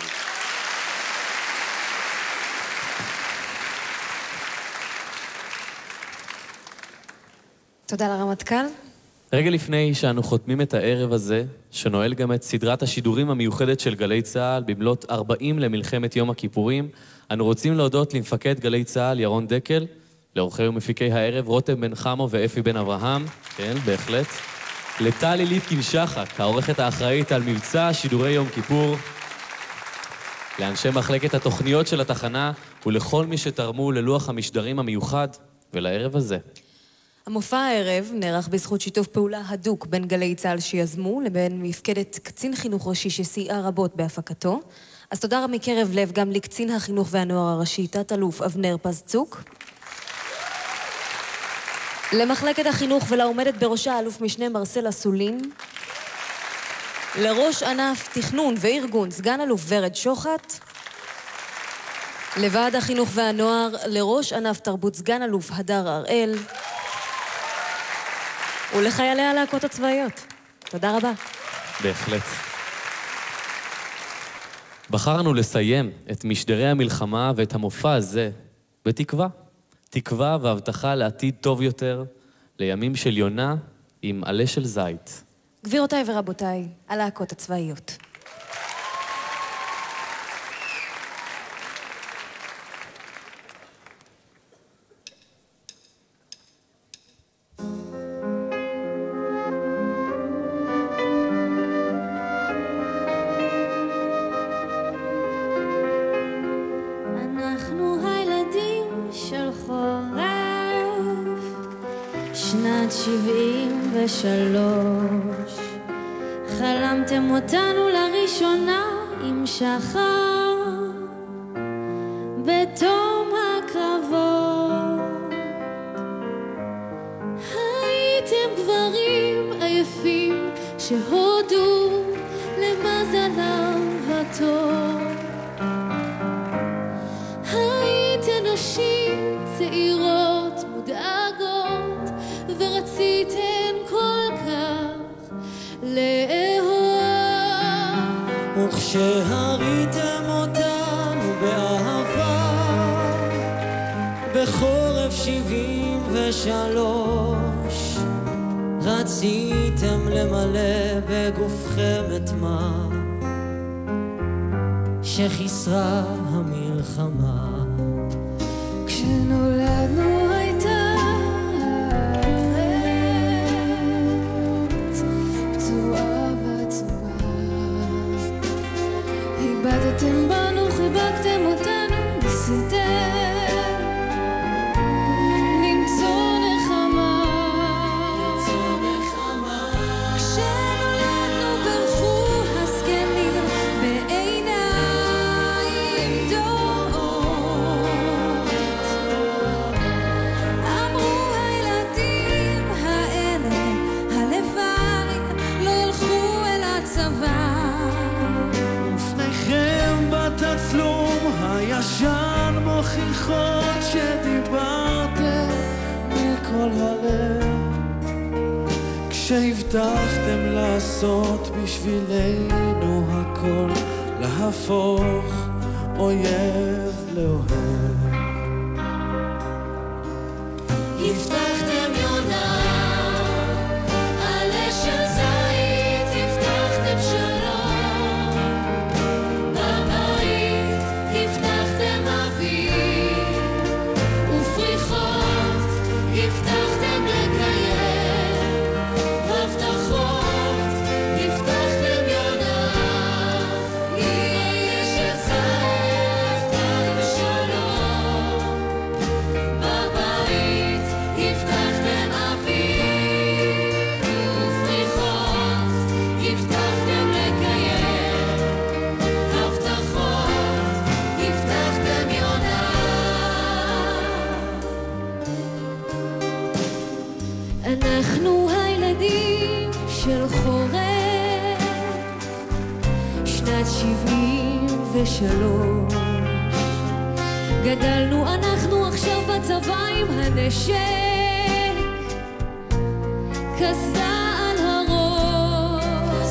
תודה לרמטכ"ל. רגע לפני שאנו חותמים את הערב הזה, שנועל גם את סדרת השידורים המיוחדת של גלי צהל במלאת 40 למלחמת יום הכיפורים, אנו רוצים להודות למפקד גלי צהל ירון דקל, לאורחי ומפיקי הערב רותם בן חמו ואפי בן אברהם, כן, בהחלט, לטלי ליפקין שחק, העורכת האחראית על מבצע שידורי יום כיפור, לאנשי מחלקת התוכניות של התחנה ולכל מי שתרמו ללוח המשדרים המיוחד ולערב הזה. המופע הערב נערך בזכות שיתוף פעולה הדוק בין גלי צהל שיזמו לבין מפקדת קצין חינוך ראשי שסייעה רבות בהפקתו. אז תודה מקרב לב גם לקצין החינוך והנוער הראשי, תת-אלוף אבנר פזצוק. למחלקת החינוך ולעומדת בראשה אלוף משנה מרסל אסולין. לראש ענף תכנון וארגון סגן אלוף ורד שוחט. לוועד החינוך והנוער, לראש ענף תרבות סגן אלוף הדר הראל. ולחיילי הלהקות הצבאיות. תודה רבה. בהחלט. בחרנו לסיים את משדרי המלחמה ואת המופע הזה בתקווה. תקווה והבטחה לעתיד טוב יותר, לימים של יונה עם עלה של זית. גבירותיי ורבותיי, הלהקות הצבאיות. אנחנו הילדים של חורף, שנת 73, חלמתם אותנו לראשונה עם שחר בתום הקרבות. הייתם גברים עייפים שהודו למזלם הטוב. הייתן נשים צעירות מודאגות ורציתן כל כך לאהוב. וכשהריתם אותנו באהבה בחורף 73 רציתם למלא בגופכם את מה שחיסרה המלחמה. כשנולדנו הייתה פצועה ועצובה. איבדתם בנו, חיבקתם אותנו, ניסיתם למצוא נחמה. כשנולדנו ברחו הזקנים בעיניים דומעות. אמרו הילדים האלה הלוואי לא ילכו אל הצבא. ופניכם בתצלום הישן מוכיחות שדיברתם מכל הלב כשהבטחתם לעשות בשבילנו הכל, להפוך אויב לאוהב. הבטחתם יונה על אשת זית, הבטחתם שלום בבית, הבטחתם אביב ופריחות, הבטחתם לקיים הבטחות. הבטחתם יונה היא אשת זית, הבטחתם שלום בבית, הבטחתם אביב ופריחות, הבטחתם לקיים הבטחות. הבטחתם יונה. אנחנו הילדים של חורף שנת 73. גדלנו אנחנו עכשיו בצבא עם הנשק, קסדה על הראש.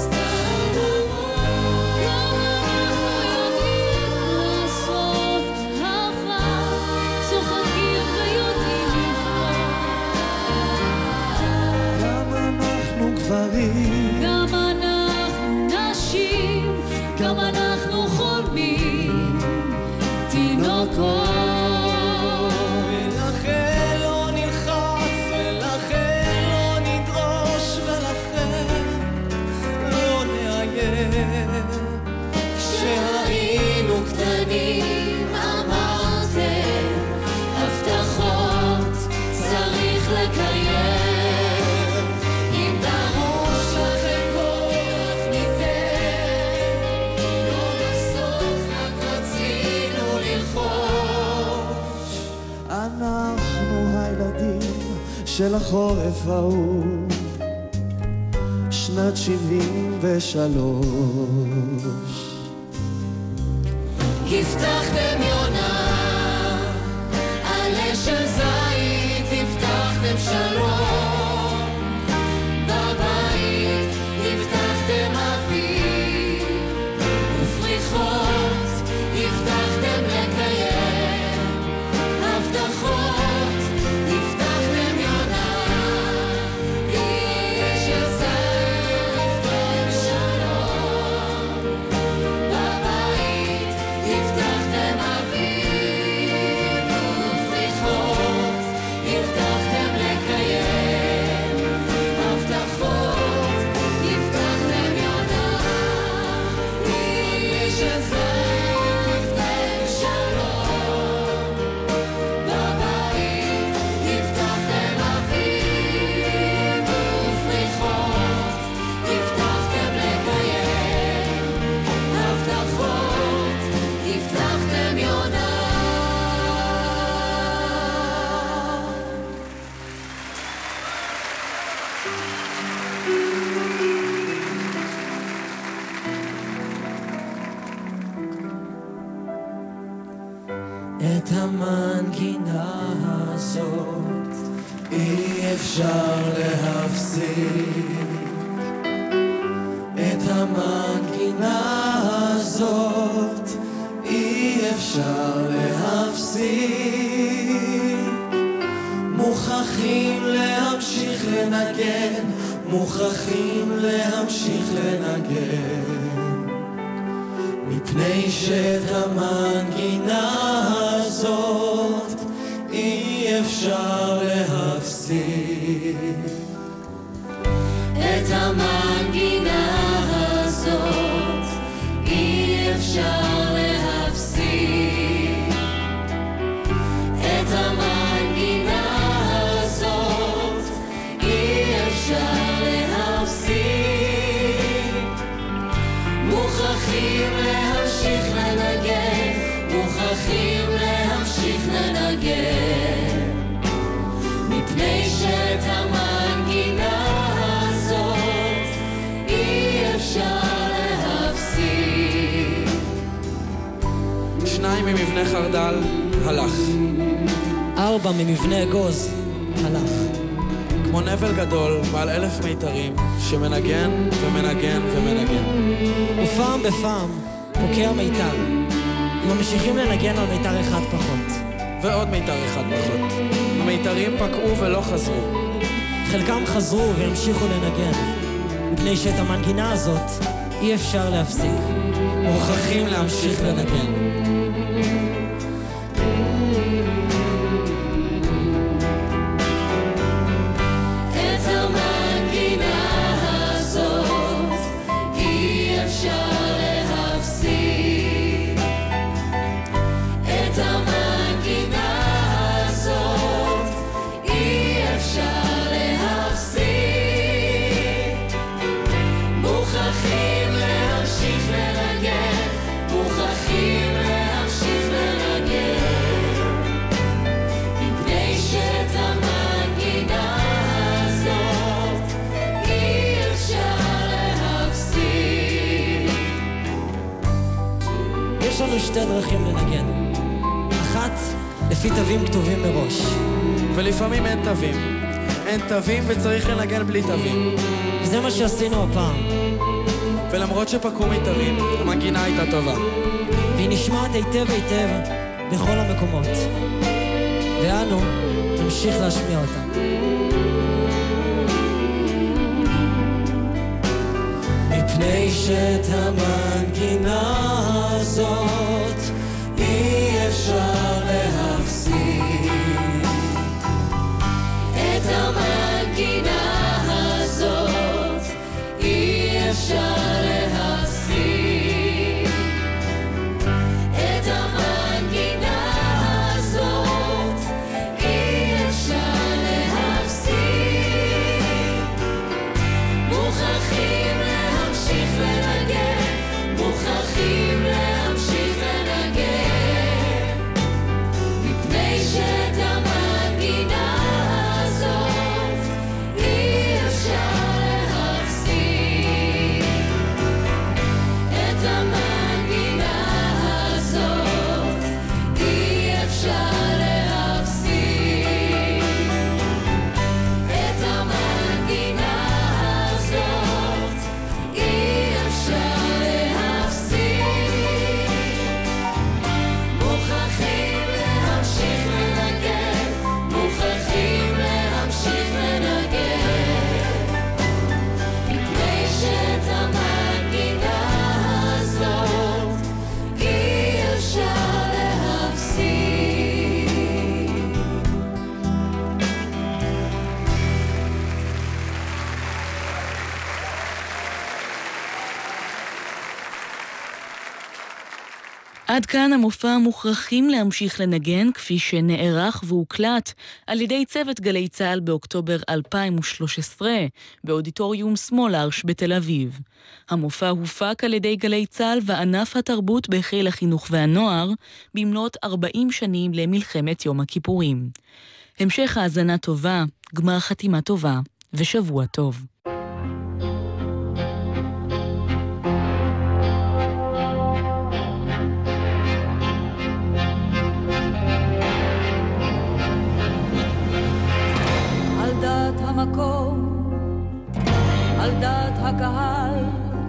גם אנחנו יודעים לעשות אהבה, צוחקים ויודעים לבכות. גם אנחנו גברים, גם אנחנו נשים, גם אנחנו חולמים תינוקות. ולכן לא נלחץ, ולכן לא נדרוש, ולכן לא נאיים. כשהיינו קטנים אמרתם הבטחות צריך לקיים. אם דרוש לכם כוח ניתן, לא נחסוך, רק רצינו ללחוש. אנחנו הילדים של החורף ההוא שנת 73. הבטחתם יונה על אשת זית, הבטחתם שלום בבית, הבטחתם אביב ופריחות, הבטחתם לקיים הבטחות. הבטחתם יונה היא אשת זית, הבטחתם שלום בבית, הבטחתם אביב אפשר להפסיק את המנגינה הזאת, אי אפשר להפסיק. מוכרחים להמשיך לנגן, מוכרחים להמשיך לנגן, מפני שאת המנגינה הזאת אי אפשר להפסיק. את המנגינה הזאת אי אפשר להפסיק. את המנגינה הזאת אי אפשר להפסיק. מוכרחים להמשיך לנגן, מוכרחים להמשיך לנגן, מפני שאת המנגינה הזאת אי אפשר להפסיק. 2 ממבנה חרדל הלך, 4 ממבנה אגוז הלך, כמו נבל גדול בעל 1000 מיתרים שמנגן ומנגן ומנגן, ופעם בפעם פוקע מיתר, וממשיכים לנגן על מיתר אחד פחות, ועוד מיתר אחד פחות. המיתרים פקעו ולא חזרו. חלקם חזרו והמשיכו לנגן, מפני שאת המנגינה הזאת אי אפשר להפסיק. מוכרחים להמשיך לנגן. את המנגינה הזאת אי אפשר להפסיק. את המנגינה הזאת אי אפשר להפסיק. מוכרחים להמשיך לנגן, מוכרחים להמשיך לנגן, מפני שאת המנגינה הזאת אי אפשר להפסיק. יש לנו 2 דרכים לנגן. אחת, לפי תווים כתובים מראש. ולפעמים אין תווים. אין תווים וצריך לנגן בלי תווים. וזה מה שעשינו הפעם. ולמרות שפקעו מיתרים, המנגינה הייתה טובה. והיא נשמעת היטב היטב בכל המקומות. ואנו נמשיך להשמיע אותה. מפני שאת המנגינה הזאת אי אפשר להפסיק. את המנגינה הזאת אי אפשר להפסיק. את המנגינה הזאת אי אפשר להפסיק. מוכרחים להמשיך לנגן, מוכרחים להמשיך לנגן, מפני שאת המנגינה הזאת אי אפשר להפסיק. את המנגינה הזאת אי אפשר להפסיק. את המנגינה הזאת אי אפשר להפסיק. מוכרחים להמשיך לנגן, מוכרחים להמשיך לנגן, מפני שאת המנגינה הזאת אי אפשר להפסיק. עד כאן המופע מוכרחים להמשיך לנגן, כפי שנערך והוקלט על ידי צוות גלי צהל באוקטובר 2013, באודיטוריום סמולרש בתל אביב. המופע הופק על ידי גלי צהל וענף התרבות בחיל החינוך והנוער, במלאת 40 שנים למלחמת יום הכיפורים. המשך האזנה טובה, גמר חתימה טובה, ושבוע טוב. על דעת הקהל,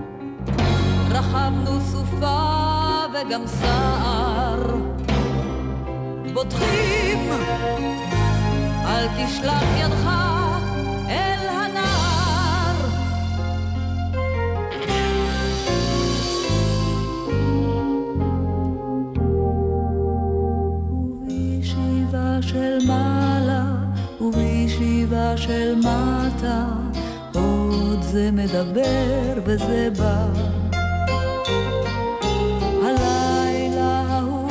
רחבנו סופה וגם סער, בוטחים, אל תשלח ידך אל הנער. ובישיבה של מעלה ובישיבה של מטה, עוד זה מדבר וזה בא. הלילה ההוא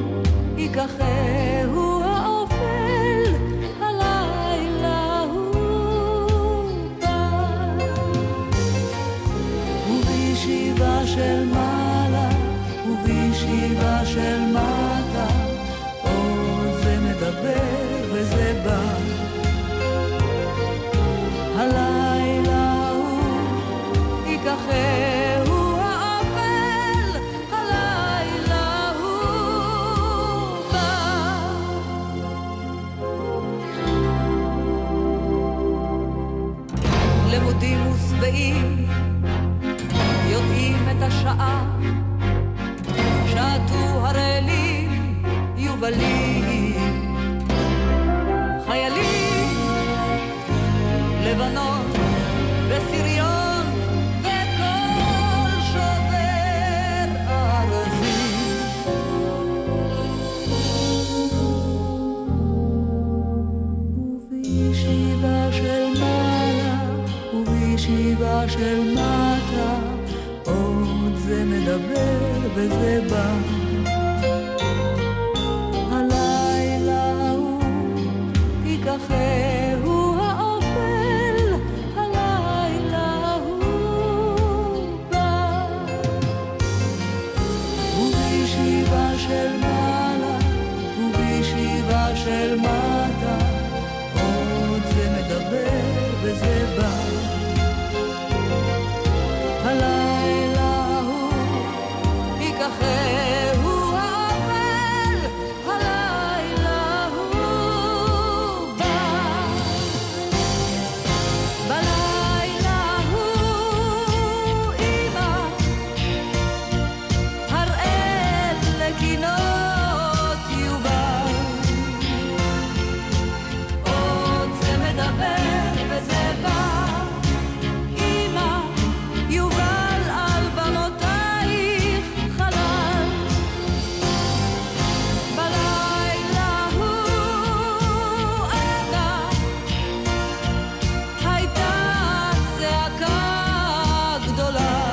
ייקחהו האופל, הלילה ההוא בא. ובישיבה של מעלה ובישיבה של מטה, עוד זה מדבר וזה בא. הלילה הוא ייקחהו האפל, הלילה הוא בא. למודים ושבעים יודעים את השעה, שעתו הרעלים יובלים, חיילים לבנון וסריון וכל שובר ארזים. ובישיבה של מעלה ובישיבה של מטה, עוד זה מדבר וזה בא. הלילה הוא ייקחהו האופל, הלילה הוא בא. ובישיבה של מעלה ובישיבה של מטה, עוד זה מדבר וזה בא. הלילה הוא ייקחהו האופל, הלילה הוא בא. בלילה הוא אמא הראל לקינות יובל, עוד זה מדבר וזה בא. אמא יובל על בנותייך חלל. בלילה הוא עדה הייתה צעקה גדולה,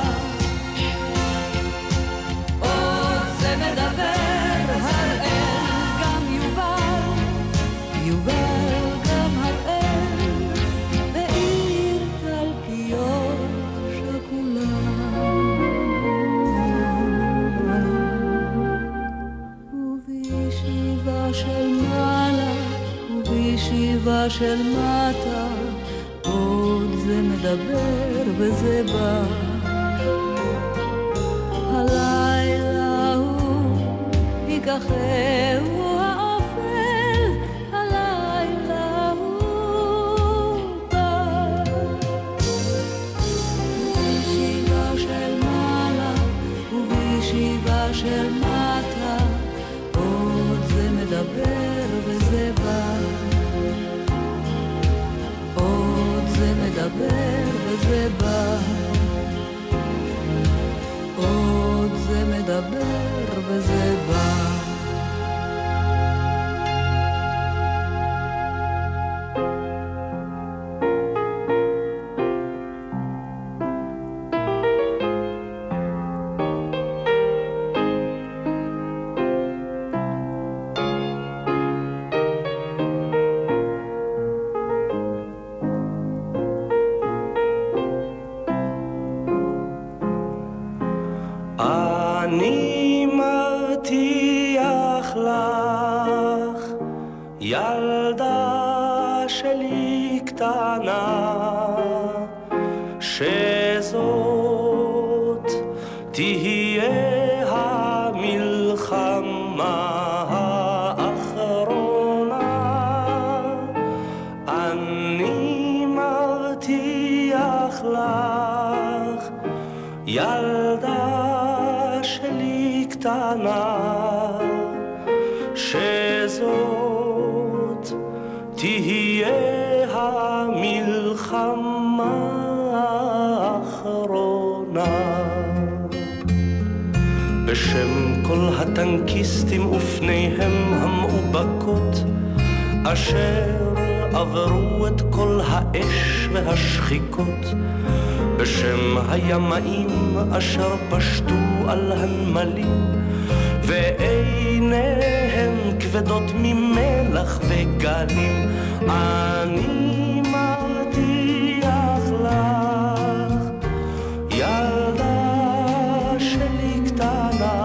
עוד זה מדבר הראל גם יובל, יובל גם הראל, ועיר תלפיות שכולה. ובישיבה של מעלה ובישיבה של מטה, עוד זה מדבר וזה בא. הלילה הוא ייקחהו האופל, הלילה הוא בא. ובישיבה של מעלה ובישיבה של מטה, עוד זה מדבר וזה בא. עוד זה מדבר וזה בא. עוד זה מדבר וזה בא. אני מבטיח לך, ילדה שלי קטנה, שזאת תהיה המלחמה האחרונה. אני מבטיח לך ילדה שלי קטנה, שזאת תהיה המלחמה האחרונה. בשם כל הטנקיסטים ופניהם המאובקות, אשר עברו את כל האש והשחיקות, בשם הימאים אשר פשטו על הנמלים, ועיניהם כבדות ממלח וגלים, אני מבטיח לך, ילדה שלי קטנה,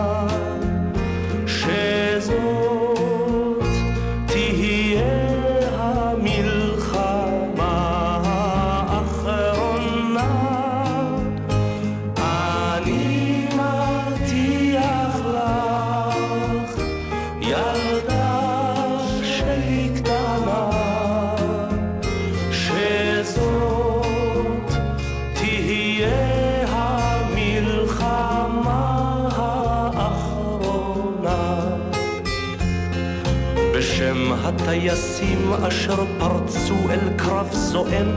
שזאת תהיה המלחמה האחרונה. אני מבטיח לך, ילדה שלי קטנה, שזאת תהיה המלחמה האחרונה. בשם הטייסים אשר פרצו אל קרב זועם,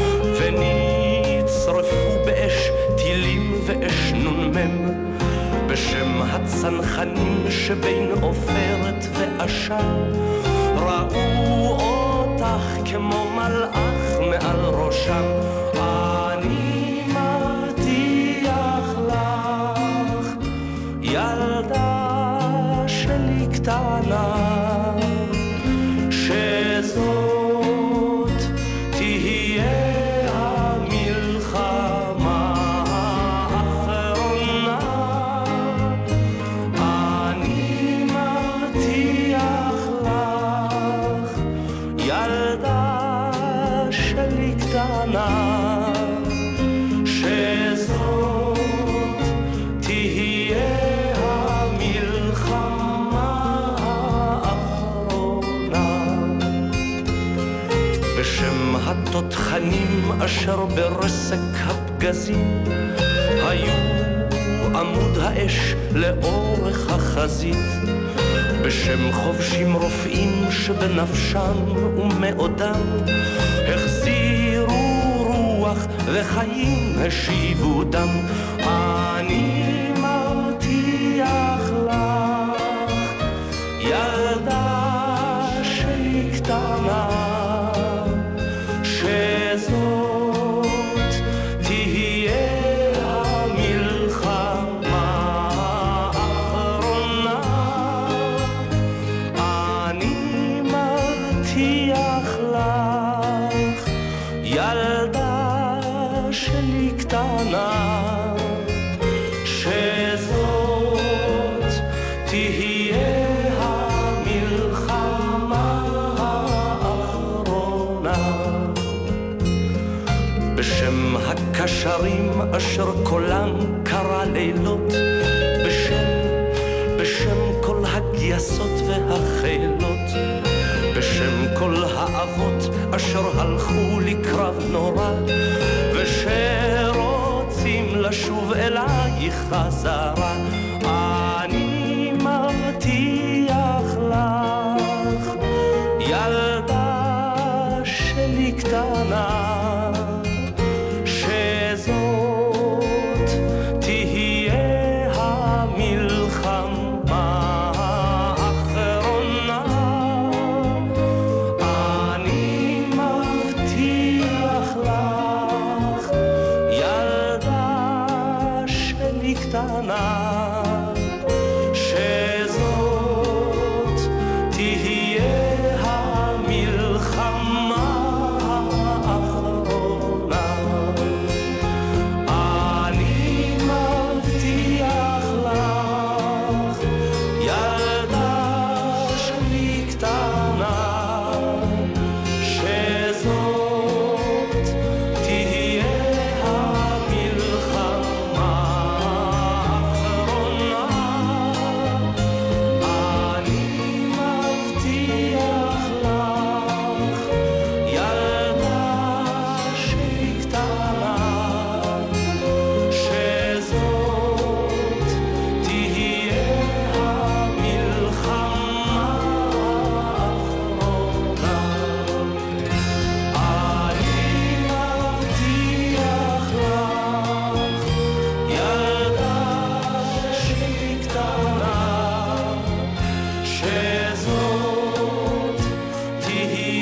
ונצרפו באש טילים ואש נ"מ, בשם הצנחנים שבין עופרת ועשן, ראו אותך כמו מלאך מעל ראשם. אני מבטיח לך, ילדה שלי קטנה, שזאת תהיה המלחמה האחרונה. אני מבטיח לך, ילדה שלי קטנה, שזאת תהיה המלחמה האחרונה. בשם התותחנים אשר ברסק הפגזים היו עמוד האש לאורך החזית, בשם חובשים רופאים שבנפשם ומאודם החזירו רוח וחיים השיבו דם. אני מבטיח לך, ילדה שלי קטנה, שזאת תהיה המלחמה האחרונה. אני מבטיח לך, ילדה שלי קטנה, שזאת תהיה המלחמה האחרונה. בשם הקשרים אשר קולם קרא לילות, בשם כל הגייסות והחילות, בשם כל האבות אשר הלכו לקרב נורא, ושרוצים לשוב אלייך חזרה. אני מבטיח לך, ילדה שלי קטנה, שזאת תהיה המלחמה האחרונה. אני מבטיח לך, ילדה שלי קטנה, שזאת תהיה המלחמה האחרונה.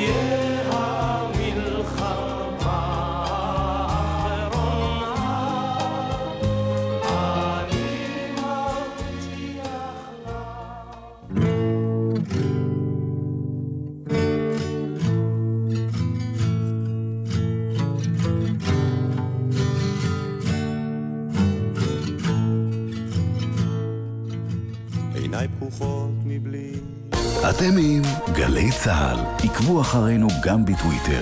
תהיה המלחמה האחרונה, אני מבטיח לה. עיניי פקוחות מבלי. אתם עם גלי צהל, עקבו אחרינו גם בטוויטר.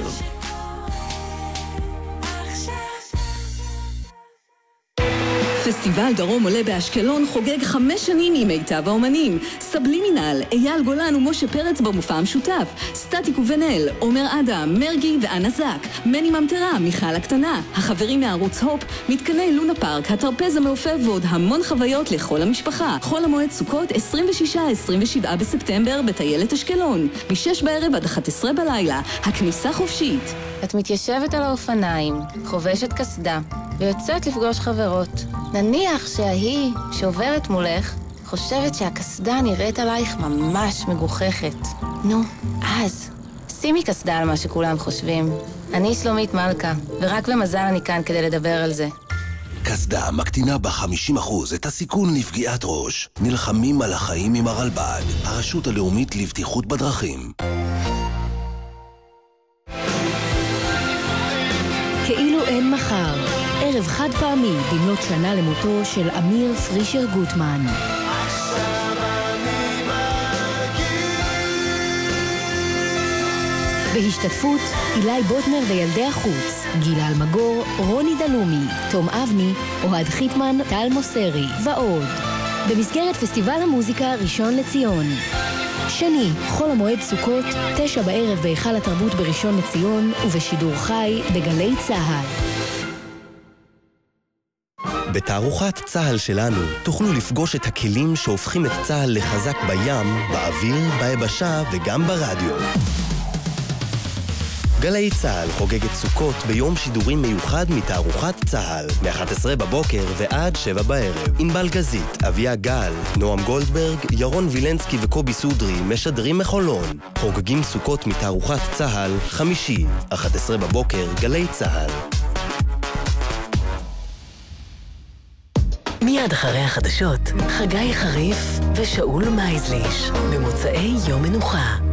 פסטיבל דרום עולה באשקלון חוגג 5 שנים עם מיטב האומנים. סבלימינל, אייל גולן ומשה פרץ במופע המשותף, סטטיק ובן-אל, עומר אדם, מרגי ואנה זק, מני ממטרה, מיכל הקטנה, החברים מערוץ הופ, מתקני לונה פארק, הטרפז המעופף ועוד המון חוויות לכל המשפחה. חול המועד סוכות 26-27 בספטמבר בטיילת אשקלון, מ-6 בערב עד 11 בלילה, הכניסה חופשית. את מתיישבת על האופניים, חובשת קסדה ויוצאת לפגוש חברות. נניח שההיא שעוברת מולך חושבת שהקסדה נראית עלייך ממש מגוחכת. נו, אז שימי קסדה על מה שכולם חושבים. אני שלומית מלכה, ורק במזל אני כאן כדי לדבר על זה. קסדה מקטינה ב-50% את הסיכון לפגיעת ראש. נלחמים על החיים עם הרלב"ד, הרשות הלאומית לבטיחות בדרכים. כאילו אין מחר, ערב חד פעמי במלאת שנה למותו של אמיר פרישר גוטמן. בהשתתפות אילי בוטנר וילדי החוץ, גילה אלמגור, רוני דלומי, תום אבני, אוהד חיטמן, טל מוסרי ועוד. במסגרת פסטיבל המוזיקה ראשון לציון. שני, חול המועד סוכות, 9 בערב בהיכל התרבות בראשון לציון ובשידור חי בגלי צהל. בתערוכת צהל שלנו תוכלו לפגוש את הכלים שהופכים את צהל לחזק בים, באוויר, ביבשה וגם ברדיו. גלי צהל חוגגת סוכות ביום שידורים מיוחד מתערוכת צהל, מ-11 בבוקר ועד 7 בערב. ענבל גזית, אביה גל, נועם גולדברג, ירון וילנסקי וקובי סודרי משדרים מחולון. חוגגים סוכות מתערוכת צהל, חמישי, 11 בבוקר, גלי צהל. מיד אחרי החדשות, חגי חריף ושאול מייזליש, במוצאי יום מנוחה.